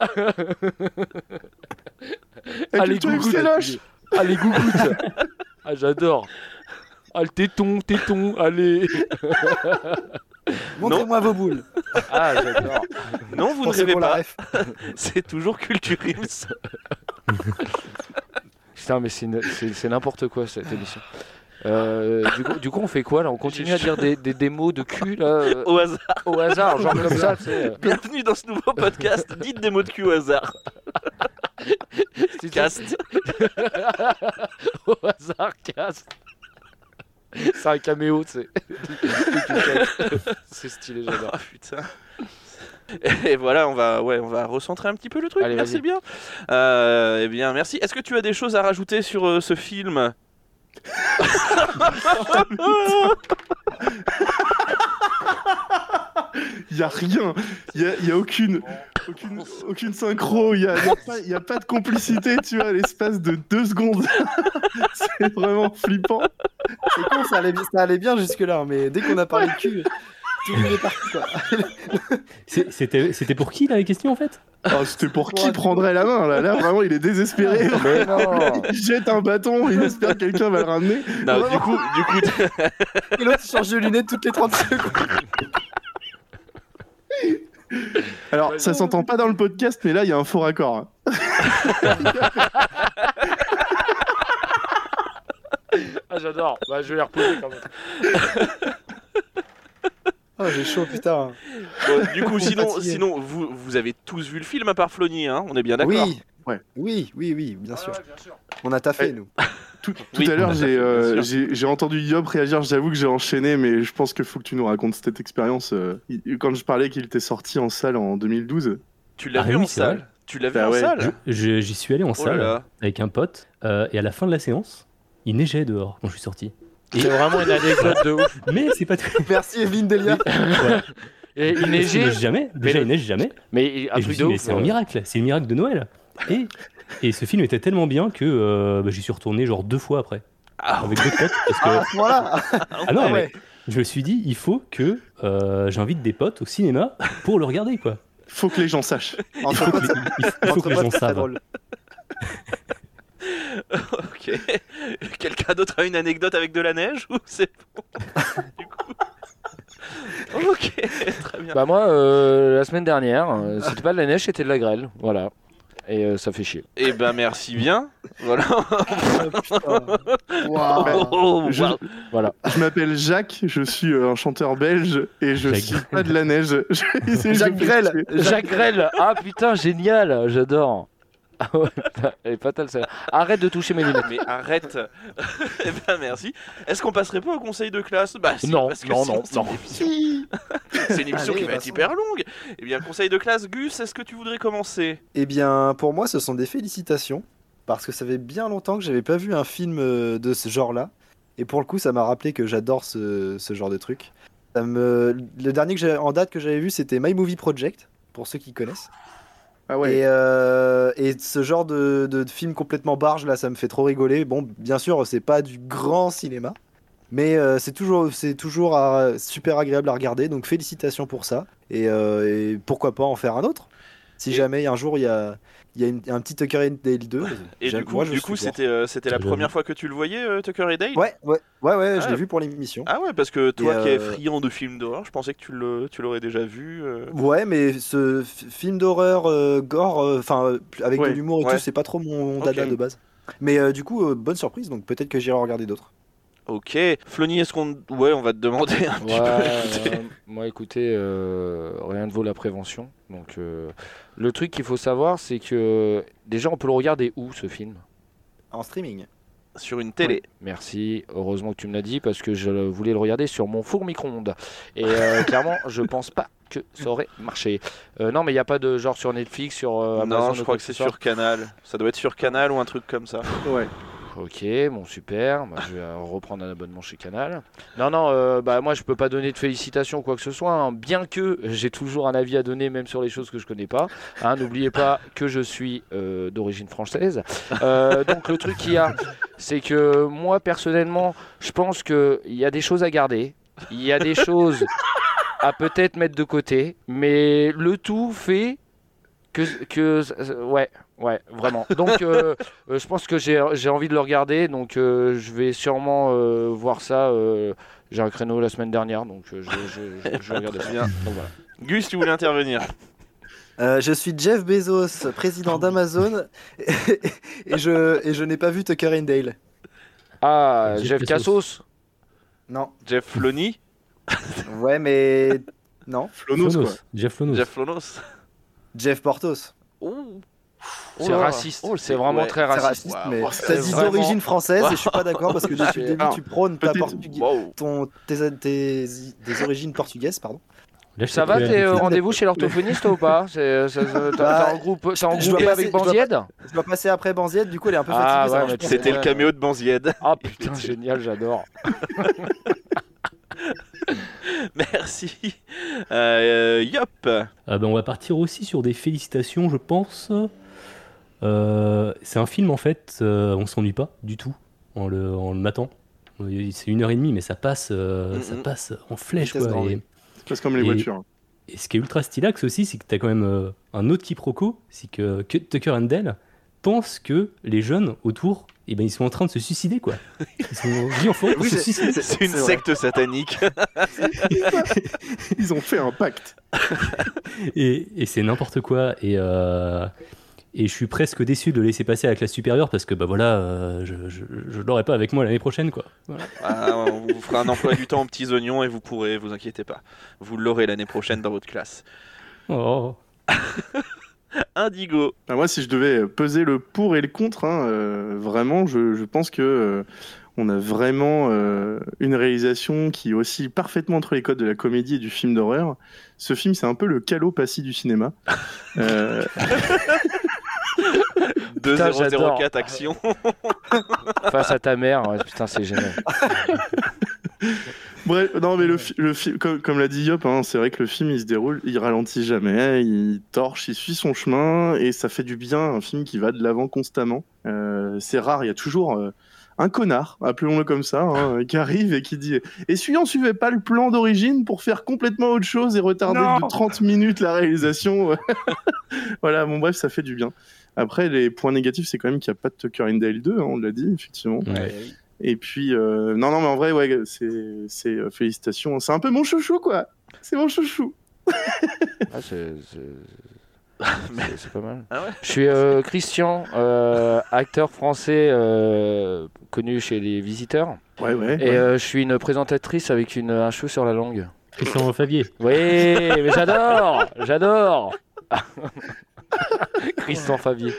Et Ah les Culture Ips, gougouttes. c'est loche. Ah les gougouttes. Ah j'adore. Ah le téton, téton, allez. Montrez-moi vos boules. Ah j'adore. Non, vous ne Pensez rêvez pour la pas. ref. C'est toujours Culture Ips. Putain mais c'est, une- c'est, c'est n'importe quoi cette émission. Euh, du, coup, du coup on fait quoi là? On continue à dire des, des, des mots de cul là euh, Au hasard. au hasard, genre comme ça, tu sais. euh. Bienvenue dans ce nouveau podcast. Dites des mots de cul au hasard. C'est Cast. au hasard, casse. C'est un caméo, tu sais. C'est stylé, j'adore. Ah putain. Et voilà, on va, ouais, on va recentrer un petit peu le truc. Allez, merci vas-y. bien. Euh, eh bien, merci. Est-ce que tu as des choses à rajouter sur euh, ce film ? Il y a rien, il y a, y a aucune, aucune, aucune synchro, il y a, y a pas, y a pas de complicité, tu vois, à l'espace de deux secondes. C'est vraiment flippant. C'est con, ça allait, ça allait bien jusque-là, mais dès qu'on a parlé de cul, tout le monde est parti, quoi. C'est- C'était c'était pour qui là les questions en fait? Oh, c'était pour qui prendrait la main là, là vraiment il est désespéré. Mais non. Il jette un bâton, il espère que quelqu'un va le ramener. Non, du coup, du coup, Et l'autre, il change de lunettes toutes les trente secondes. Alors ça s'entend pas dans le podcast, mais là il y a un faux raccord. hein. Ah, j'adore. Bah, je vais les reposer quand même. Oh, j'ai chaud, putain. bon, du coup, sinon, fatigué. sinon vous, vous avez tous vu le film à part Flony, hein, on est bien d'accord. Oui. Ouais. Oui, oui, oui, bien sûr. On a taffé, Ouais. nous. Tout, tout Oui, à l'heure, j'ai, euh, bien sûr. j'ai, j'ai entendu Yob réagir, j'avoue que j'ai enchaîné, mais je pense qu'il faut que tu nous racontes cette expérience. euh, il- Quand je parlais qu'il était sorti en salle en deux mille douze, Tu l'as Ah vu oui, en c'est vrai. salle Tu l'as vu Bah en ouais. salle Je- J'y suis allé en Oh là salle là. avec un pote euh, et à la fin de la séance, il neigeait dehors quand je suis sorti. C'est vraiment une anecdote de ouf. Mais c'est pas tout. Merci, Evelyne Delia. Ouais. Et il Il neigeait, neige jamais. Déjà, le- il neige jamais. mais un Et je truc me suis de dit, mais ouf. c'est un euh. miracle. C'est le miracle de Noël. Et, et ce film était tellement bien que euh, bah, j'y suis retourné genre deux fois après. Ah, Avec d'autres potes. Parce que... Ah, voilà. Ah non, ouais. mais je me suis dit, il faut que euh, j'invite des potes au cinéma pour le regarder, quoi. faut que les gens sachent. Il Entre faut que, potes, les- ça- il faut- il faut entre que les potes, gens c'est très savent. drôle. ok. Quelqu'un d'autre a une anecdote avec de la neige ou c'est bon Du coup. Ok, très bien. Bah moi, euh, la semaine dernière, euh, c'était pas de la neige, c'était de la grêle. Voilà. Et euh, ça fait chier. Eh ben merci bien. Voilà. Oh, putain. Waouh. Oh, oh, Je, wow. Voilà. je m'appelle Jacques, je suis euh, un chanteur belge et je Jacques. suis pas de la neige. Je- c'est- Jacques je- Grel. Jacques Grel. Ah putain, génial. J'adore. Ah ouais, putain, elle est pas telle celle-là. Arrête de toucher mes lunettes. Mais arrête. Eh ben merci. Est-ce qu'on passerait pas au conseil de classe Bah si, Non, parce que non, sinon, non, c'est non. une émission- C'est une émission Allez, qui va être passons. hyper longue. Eh bien, conseil de classe, Gus, est-ce que tu voudrais commencer Eh bien, pour moi, ce sont des félicitations. Parce que ça fait bien longtemps que j'avais pas vu un film euh, de ce genre-là. Et pour le coup, ça m'a rappelé que j'adore ce, ce genre de truc. Ça me... Le dernier que j'ai en date que j'avais vu, c'était My Movie Project, pour ceux qui connaissent. Ah ouais. Et, euh, et ce genre de, de, de film complètement barge, là, ça me fait trop rigoler. Bon, bien sûr, c'est pas du grand cinéma. Mais euh, c'est toujours, c'est toujours euh, super agréable à regarder. Donc félicitations pour ça. Et, euh, et pourquoi pas en faire un autre si Et- jamais un jour il y a, il y a une- un petit Tucker and Dale deux. Et j'aime- du coup, moi, je du suis coup pour. c'était euh, c'était la J'avoue. première fois que tu le voyais, euh, Tucker et Dale Ouais, ouais, ouais, ouais, je Ah. l'ai vu pour l'émission. Ah ouais, parce que toi Et qui es euh, friand de films d'horreur, je pensais que tu le- tu l'aurais déjà vu. euh. Ouais, mais ce f- film d'horreur euh, gore, enfin euh, avec Ouais, de l'humour et ouais. tout, c'est pas trop mon dada Ok. de base. Mais euh, du coup, euh, bonne surprise, donc peut-être que j'irai regarder d'autres. Ok. Flony, est-ce qu'on... Ouais, on va te demander un petit Ouais, peu. écoutez. euh, moi, écoutez, euh, rien ne vaut la prévention. Donc, euh, le truc qu'il faut savoir, c'est que déjà, on peut le regarder où ce film? En streaming. Sur une télé. Merci, heureusement que tu me l'as dit parce que je voulais le regarder sur mon four micro-ondes. Et euh, clairement, je pense pas que ça aurait marché. Euh, non, mais il n'y a pas de genre sur Netflix, sur euh, Amazon. Non, je ou crois quoi que c'est ce soit. sur Canal. Ça doit être sur Canal ou un truc comme ça. Ouais. Ok, bon super, bah, je vais euh, reprendre un abonnement chez Canal. Non, non, euh, bah, moi je peux pas donner de félicitations ou quoi que ce soit, hein, bien que j'ai toujours un avis à donner même sur les choses que je connais pas. Hein, n'oubliez pas que je suis euh, d'origine française. Euh, donc le truc qu'il y a, c'est que moi personnellement, je pense qu'il y a des choses à garder, il y a des choses à peut-être mettre de côté, mais le tout fait que... que ouais. Ouais, vraiment. Donc, euh, euh, je pense que j'ai j'ai envie de le regarder. Donc, euh, je vais sûrement euh, voir ça. euh, j'ai un créneau la semaine dernière, donc euh, je, je, je, je vais regarder ça. Bien. Donc, voilà. Gus, tu voulais intervenir Euh, je suis Jeff Bezos, président d'Amazon, et, et je, et je n'ai pas vu Tucker and Dale. Ah, Jeff Jeff Bezos. Cassos. Non. Jeff Flony Ouais, mais non. Flonos, quoi. Flonos. Jeff Flonos. Jeff Flonos Jeff Portos. Oh. C'est Oh là. raciste. Oh, c'est vraiment ouais. très C'est raciste. raciste, Waouh, mais waouh, ça c'est dit vraiment- d'origine française et je suis pas d'accord parce que depuis le début Alors, tu prônes ta peut-être- portugais- Wow. ton, tes, tes- des origines portugaises, pardon. Là, je Ça sais va, plus t'es la- au rendez-vous chez l'orthophoniste ou pas? C'est- ça- ça- T'as Bah, t'as en groupe, t'as en je dois groupé passer- avec je dois Banzied? Je dois passer après Banzied, du coup elle est un peu Ah, fatiguée. ouais, ça marche mais pas. C'était le Ouais. caméo de Banzied. Ah putain, génial, j'adore. Merci. Euh, Yop. Ah ben, on va partir aussi sur des félicitations, je pense. Euh, c'est un film, en fait, euh, on s'ennuie pas du tout en le, en le matant. Euh, C'est une heure et demie, mais ça passe, euh, ça Mhm. passe en flèche. Vitesse Quoi, grand et, V. C'est presque comme les Et- voitures. et ce qui est ultra stylax aussi, c'est que tu as quand même euh, un autre quiproquo, c'est que, que Tucker and Dale pensent que les jeunes autour, eh ben, ils sont en train de se suicider, quoi. Ils sont venus en forêt pour Oui, se c'est- suicider. C'est une C'est vrai. secte satanique. Ils ont fait un pacte. Et, et c'est n'importe quoi. Et, euh, et je suis presque déçu de le laisser passer à la classe supérieure parce que bah voilà, euh, je, je, je l'aurai pas avec moi l'année prochaine, quoi. Voilà. Ah, on vous fera un emploi du temps aux petits oignons et vous pourrez, vous inquiétez pas. Vous l'aurez l'année prochaine dans votre classe. Oh. Indigo. Ah, moi, si je devais peser le pour et le contre, hein, euh, vraiment, je, je pense que euh, on a vraiment euh, une réalisation qui oscille parfaitement entre les codes de la comédie et du film d'horreur. Ce film, c'est un peu le Calo-Passy du cinéma. Euh, deux Putain, zéro zéro j'adore. quatre action. Face à ta mère, ouais, putain, c'est génial. Bref, non, mais le, fi- le film, comme, comme l'a dit Yop, hein, c'est vrai que le film, il se déroule, il ralentit jamais, il torche, il suit son chemin, et ça fait du bien, un film qui va de l'avant constamment. Euh, c'est rare, il y a toujours euh, un connard, appelons-le comme ça, hein, qui arrive et qui dit « Et celui-là, on suivait pas le plan d'origine pour faire complètement autre chose et retarder Non de trente minutes la réalisation. » Voilà, bon bref, ça fait du bien. Après, les points négatifs, c'est quand même qu'il n'y a pas de Tucker and Dale deux, hein, on l'a dit, effectivement. Ouais. Et puis, euh, non, non, mais en vrai, ouais, c'est, c'est euh, félicitations. C'est un peu mon chouchou, quoi. C'est mon chouchou. Ah, c'est, c'est... c'est- c'est pas mal. Ah ouais. Je suis euh, Christian, euh, acteur français euh, connu chez les visiteurs. Ouais, ouais. Et euh, je suis une présentatrice avec une, un chou sur la langue. Christian Favier. Oui, mais j'adore, j'adore. Christian Favier.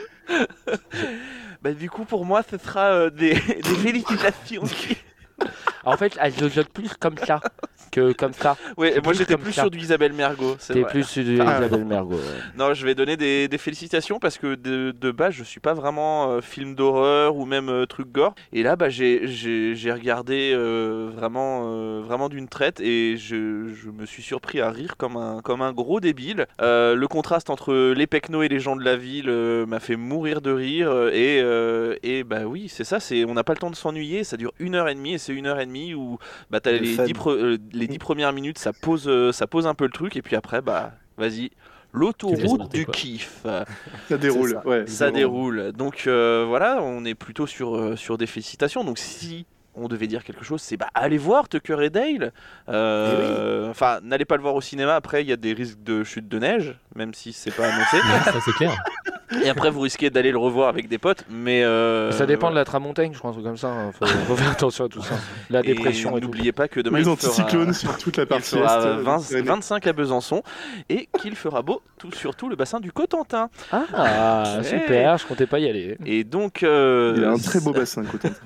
Bah, du coup, pour moi, ce sera euh, des, des félicitations. En fait, elle se joue plus comme ça que comme ça. Ouais, C'est moi plus j'étais comme plus ça. sur du Isabelle Mergo. C'est T'es vrai. plus sur du Ah, Isabelle Mergo. ouais. Non, je vais donner des, des félicitations parce que de, de base, je suis pas vraiment euh, film d'horreur ou même euh, truc gore. Et là, bah, j'ai, j'ai, j'ai regardé euh, vraiment, euh, vraiment d'une traite et je, je me suis surpris à rire comme un, comme un gros débile. Euh, le contraste entre les pecnos et les gens de la ville euh, m'a fait mourir de rire. Et, euh, et bah oui, c'est ça, c'est, on n'a pas le temps de s'ennuyer. Ça dure une heure et demie et c'est une heure et demie où bah, t'as Le les fun. dix, pre- euh, les dix premières minutes, ça pose, euh, ça pose un peu le truc. Et puis après, bah, vas-y. L'autoroute porter, du quoi. kiff. Ça déroule. ça. Ouais, Ça vraiment. déroule. Donc euh, voilà, on est plutôt sur, euh, sur des félicitations. Donc si on devait dire quelque chose, c'est bah allez voir Tucker et Dale. Euh, Enfin, n'allez pas le voir au cinéma. Après, il y a des risques de chute de neige, même si c'est pas annoncé. Ouais, ça, c'est clair. Et après, vous risquez d'aller le revoir avec des potes. Mais euh, Ça dépend de la tramontagne, je crois, un truc comme ça. hein. Faut, faut faire attention à tout ça. La et dépression et, tout. n'oubliez pas que demain Les il fera- anticyclones sur toute la il partie fera est. euh, vingt de l'année. vingt-cinq à Besançon et qu'il fera beau tout, sur tout le bassin du Cotentin. Ah, Ouais. super, je comptais pas y aller. Et donc, euh, Il a un très beau bassin, Cotentin.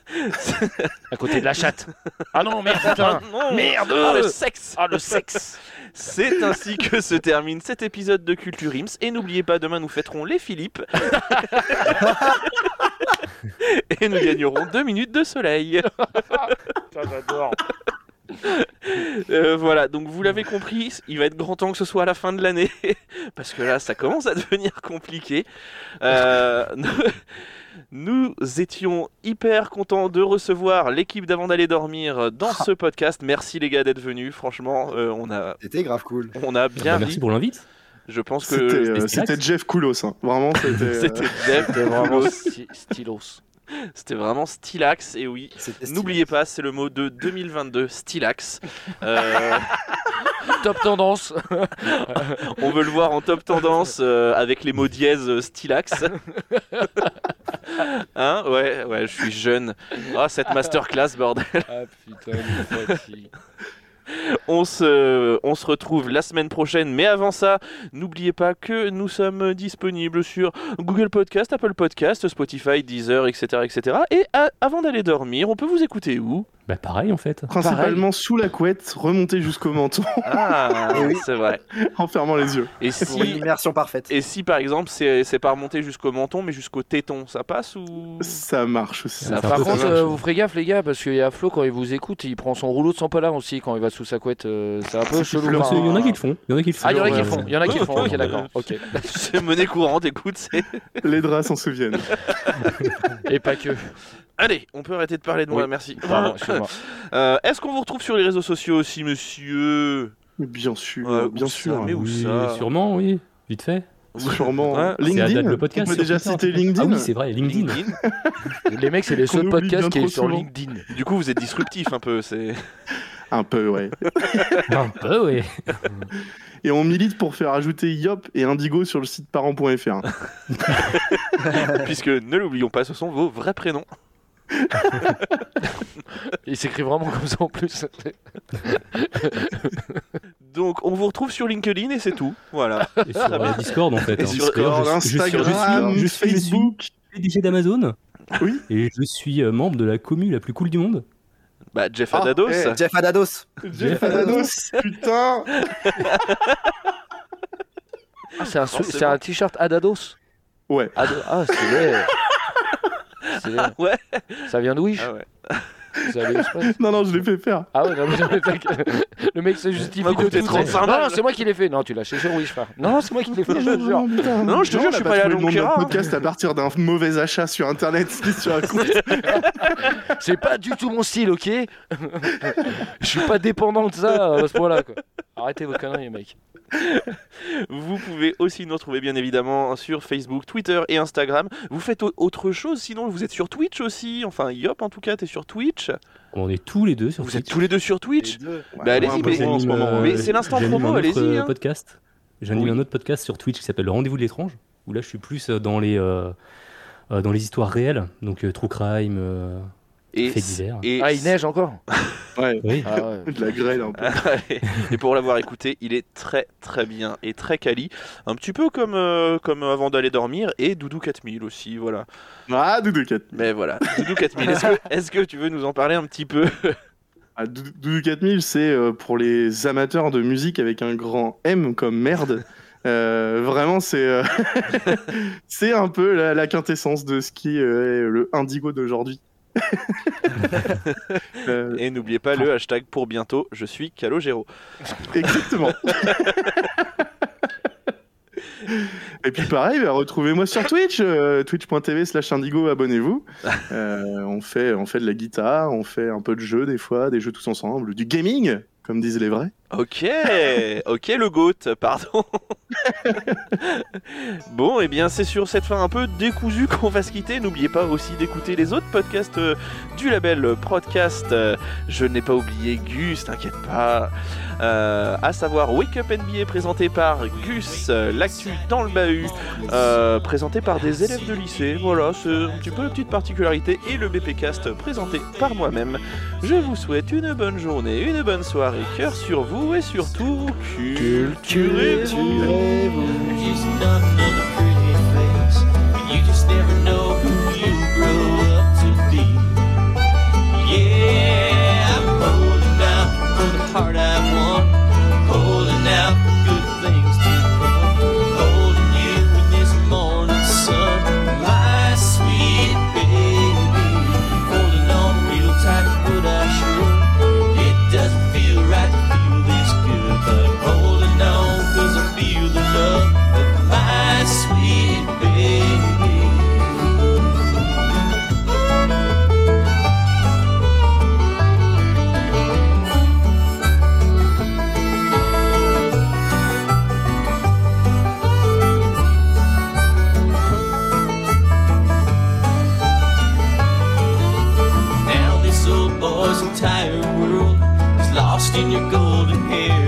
À côté de la chatte. Ah non, merde, Ah putain. non, Merde. ah, le sexe. Ah, le sexe. C'est ainsi que se termine cet épisode de Culture Ims. Et n'oubliez pas, demain nous fêterons les Philippes. Et nous gagnerons deux minutes de soleil. Putain, j'adore. Euh, voilà, donc vous l'avez compris, il va être grand temps que ce soit à la fin de l'année. Parce que là, ça commence à devenir compliqué. Euh, nous, nous étions hyper contents de recevoir l'équipe d'Avant d'aller dormir dans ce podcast. Merci les gars d'être venus. Franchement, euh, on, a, C'était grave cool. on a Bah, bien merci ri. pour l'invite. Je pense C'était, que euh, Stylax. c'était Jeff Koulos, hein. Vraiment, c'était. euh, c'était Jeff, C'était vraiment sti- stylos. c'était vraiment stylax. Et oui, C'était stylé. n'oubliez pas, c'est le mot de deux mille vingt-deux, stylax. Euh, Top tendance. on veut le voir en top tendance euh, avec les mots dièse euh, stylax. Hein, ouais, ouais, je suis jeune. Ah, cette masterclass, bordel. Ah putain, il me fatigue. On se, on se retrouve la semaine prochaine. Mais avant ça, n'oubliez pas que nous sommes disponibles sur Google Podcast, Apple Podcast, Spotify, Deezer, et cetera, et cetera. Et à, avant d'aller dormir, on peut vous écouter où ? Bah pareil en fait. Principalement pareil. Sous la couette, remonter jusqu'au menton. Ah, oui, c'est vrai. En fermant les yeux. Et si, Pour une immersion parfaite. Et si par exemple c'est, c'est pas remonter jusqu'au menton mais jusqu'au téton, ça passe ou ça marche aussi. Ça, par contre, euh, vous ferez gaffe les gars, parce qu'il y a Flo quand il vous écoute, il prend son rouleau de sempalin aussi quand il va sous sa couette. Euh, c'est un peu chelou. Il y en a qui le font. Il y en a qui le font. Ah, il y en a qui le font. Il y en a qui le font. Ok, d'accord. Ok. C'est monnaie courante. Écoute, c'est. Les draps s'en souviennent. Et pas que. Allez, on peut arrêter de parler de moi, oui. merci. Pardon, excuse-moi. Euh, est-ce qu'on vous retrouve sur les réseaux sociaux aussi, monsieur ? Bien sûr, euh, bien ça, sûr. Mais où oui, ça ? sûrement, oui. Vite fait. Sûrement. Ouais. LinkedIn. Le podcast, on peut déjà citer LinkedIn. Ah oui, c'est vrai, LinkedIn. LinkedIn. Les mecs, c'est les seuls podcasts qui sont sur souvent. LinkedIn. Du coup, vous êtes disruptif un peu, c'est. Un peu, ouais. Un peu, oui. Et on milite pour faire ajouter Yop et Indigo sur le site parents point f r. Puisque, ne l'oublions pas, ce sont vos vrais prénoms. Il s'écrit vraiment comme ça en plus. Donc on vous retrouve sur LinkedIn et c'est tout. Voilà. Et sur euh, Discord en fait. Et hein. sur Discord, Instagram, je suis, je suis, Facebook. Je suis P D G d'Amazon. Oui. Et je suis euh, membre de la commu la plus cool du monde. Bah Jeff Ah, Adados. Eh, Jeff Adados. Jeff Adados, putain. Ah, c'est un, sou- c'est un t-shirt Adados. Ouais. Ado- ah, c'est vrai. C'est... Ah ouais. Ça vient de Wish. Ah ouais. C'est AliExpress. Non, non, je l'ai fait faire. Ah ouais, non, mais le mec, le mec se justifie m'a de coûté tout. trente-cinq Non, balles. non, c'est moi qui l'ai fait. Non, tu l'as acheté sur Wish, frère. Non, c'est moi qui l'ai fait, je te jure. putain. Non, je te jure, je suis pas allé à Jonquera, Le hein. podcast à partir d'un mauvais achat sur internet. Qu'est-ce que tu racontes ? C'est pas du tout mon style, ok. Je suis pas dépendant de ça à ce point-là, quoi. Arrêtez vos conneries, mec. Vous pouvez aussi nous retrouver bien évidemment sur Facebook, Twitter et Instagram. Vous faites au- autre chose sinon vous êtes sur Twitch aussi. Enfin Yop en tout cas t'es sur Twitch. On est tous les deux sur Vous Twitch. êtes tous les deux sur Twitch. Les deux. Bah allez-y, un peu mais, moins en ce moment, euh, mais c'est l'instant j'anime promo, un autre, allez-y. euh, hein. podcast. J'anime Oui. un autre podcast sur Twitch qui s'appelle Le Rendez-vous de l'étrange, où là je suis plus euh, dans les euh, euh, dans les histoires réelles, donc euh, true crime, euh, Et, faits divers. et, Ah, il neige encore. Ouais. Oui. Ah ouais. De la grêle un peu. et pour l'avoir écouté, il est très très bien et très quali. Un petit peu comme, euh, comme avant d'aller dormir et Doudou quatre mille aussi, voilà. Ah, Doudou quatre mille. Mais voilà, Doudou quatre mille. Est-ce que, est-ce que tu veux nous en parler un petit peu ? Ah, Doudou Doudou quatre mille, c'est euh, pour les amateurs de musique avec un grand M comme merde. Euh, vraiment, c'est euh, c'est un peu la, la quintessence de ce qui euh, est le Indigo d'aujourd'hui. euh, Et n'oubliez pas le hashtag pour bientôt, je suis Calogero. exactement. Et puis pareil, bah, retrouvez-moi sur Twitch, euh, twitch point t v slash indigo, abonnez-vous. Euh, on, fait, on fait de la guitare, on fait un peu de jeux des fois, des jeux tous ensemble, du gaming, comme disent les vrais. Ok, ok le GOAT, pardon. Bon, et bien c'est sur cette fin un peu décousue qu'on va se quitter. N'oubliez pas aussi d'écouter les autres podcasts euh, du label Podcast. Euh, je n'ai pas oublié Gus, t'inquiète pas. Euh, à savoir Wake Up N B A présenté par Gus, euh, l'actu dans le bahut euh, présenté par des élèves de lycée. Voilà, c'est un petit peu la petite particularité. Et le B P Cast présenté par moi-même. Je vous souhaite une bonne journée, une bonne soirée, cœur sur vous et surtout culturez-vous. Just another pretty face, and you just never know who you grow up to be. Yeah, I'm holding out for the heart I want, holding out for good things to come, holding you in this morning sun, my sweet baby, holding on real tight, but I sure it doesn't feel right to feel this good, but I'm holding on 'cause I feel the love of my sweet baby. Now this old boy's entire world is lost in your golden hair.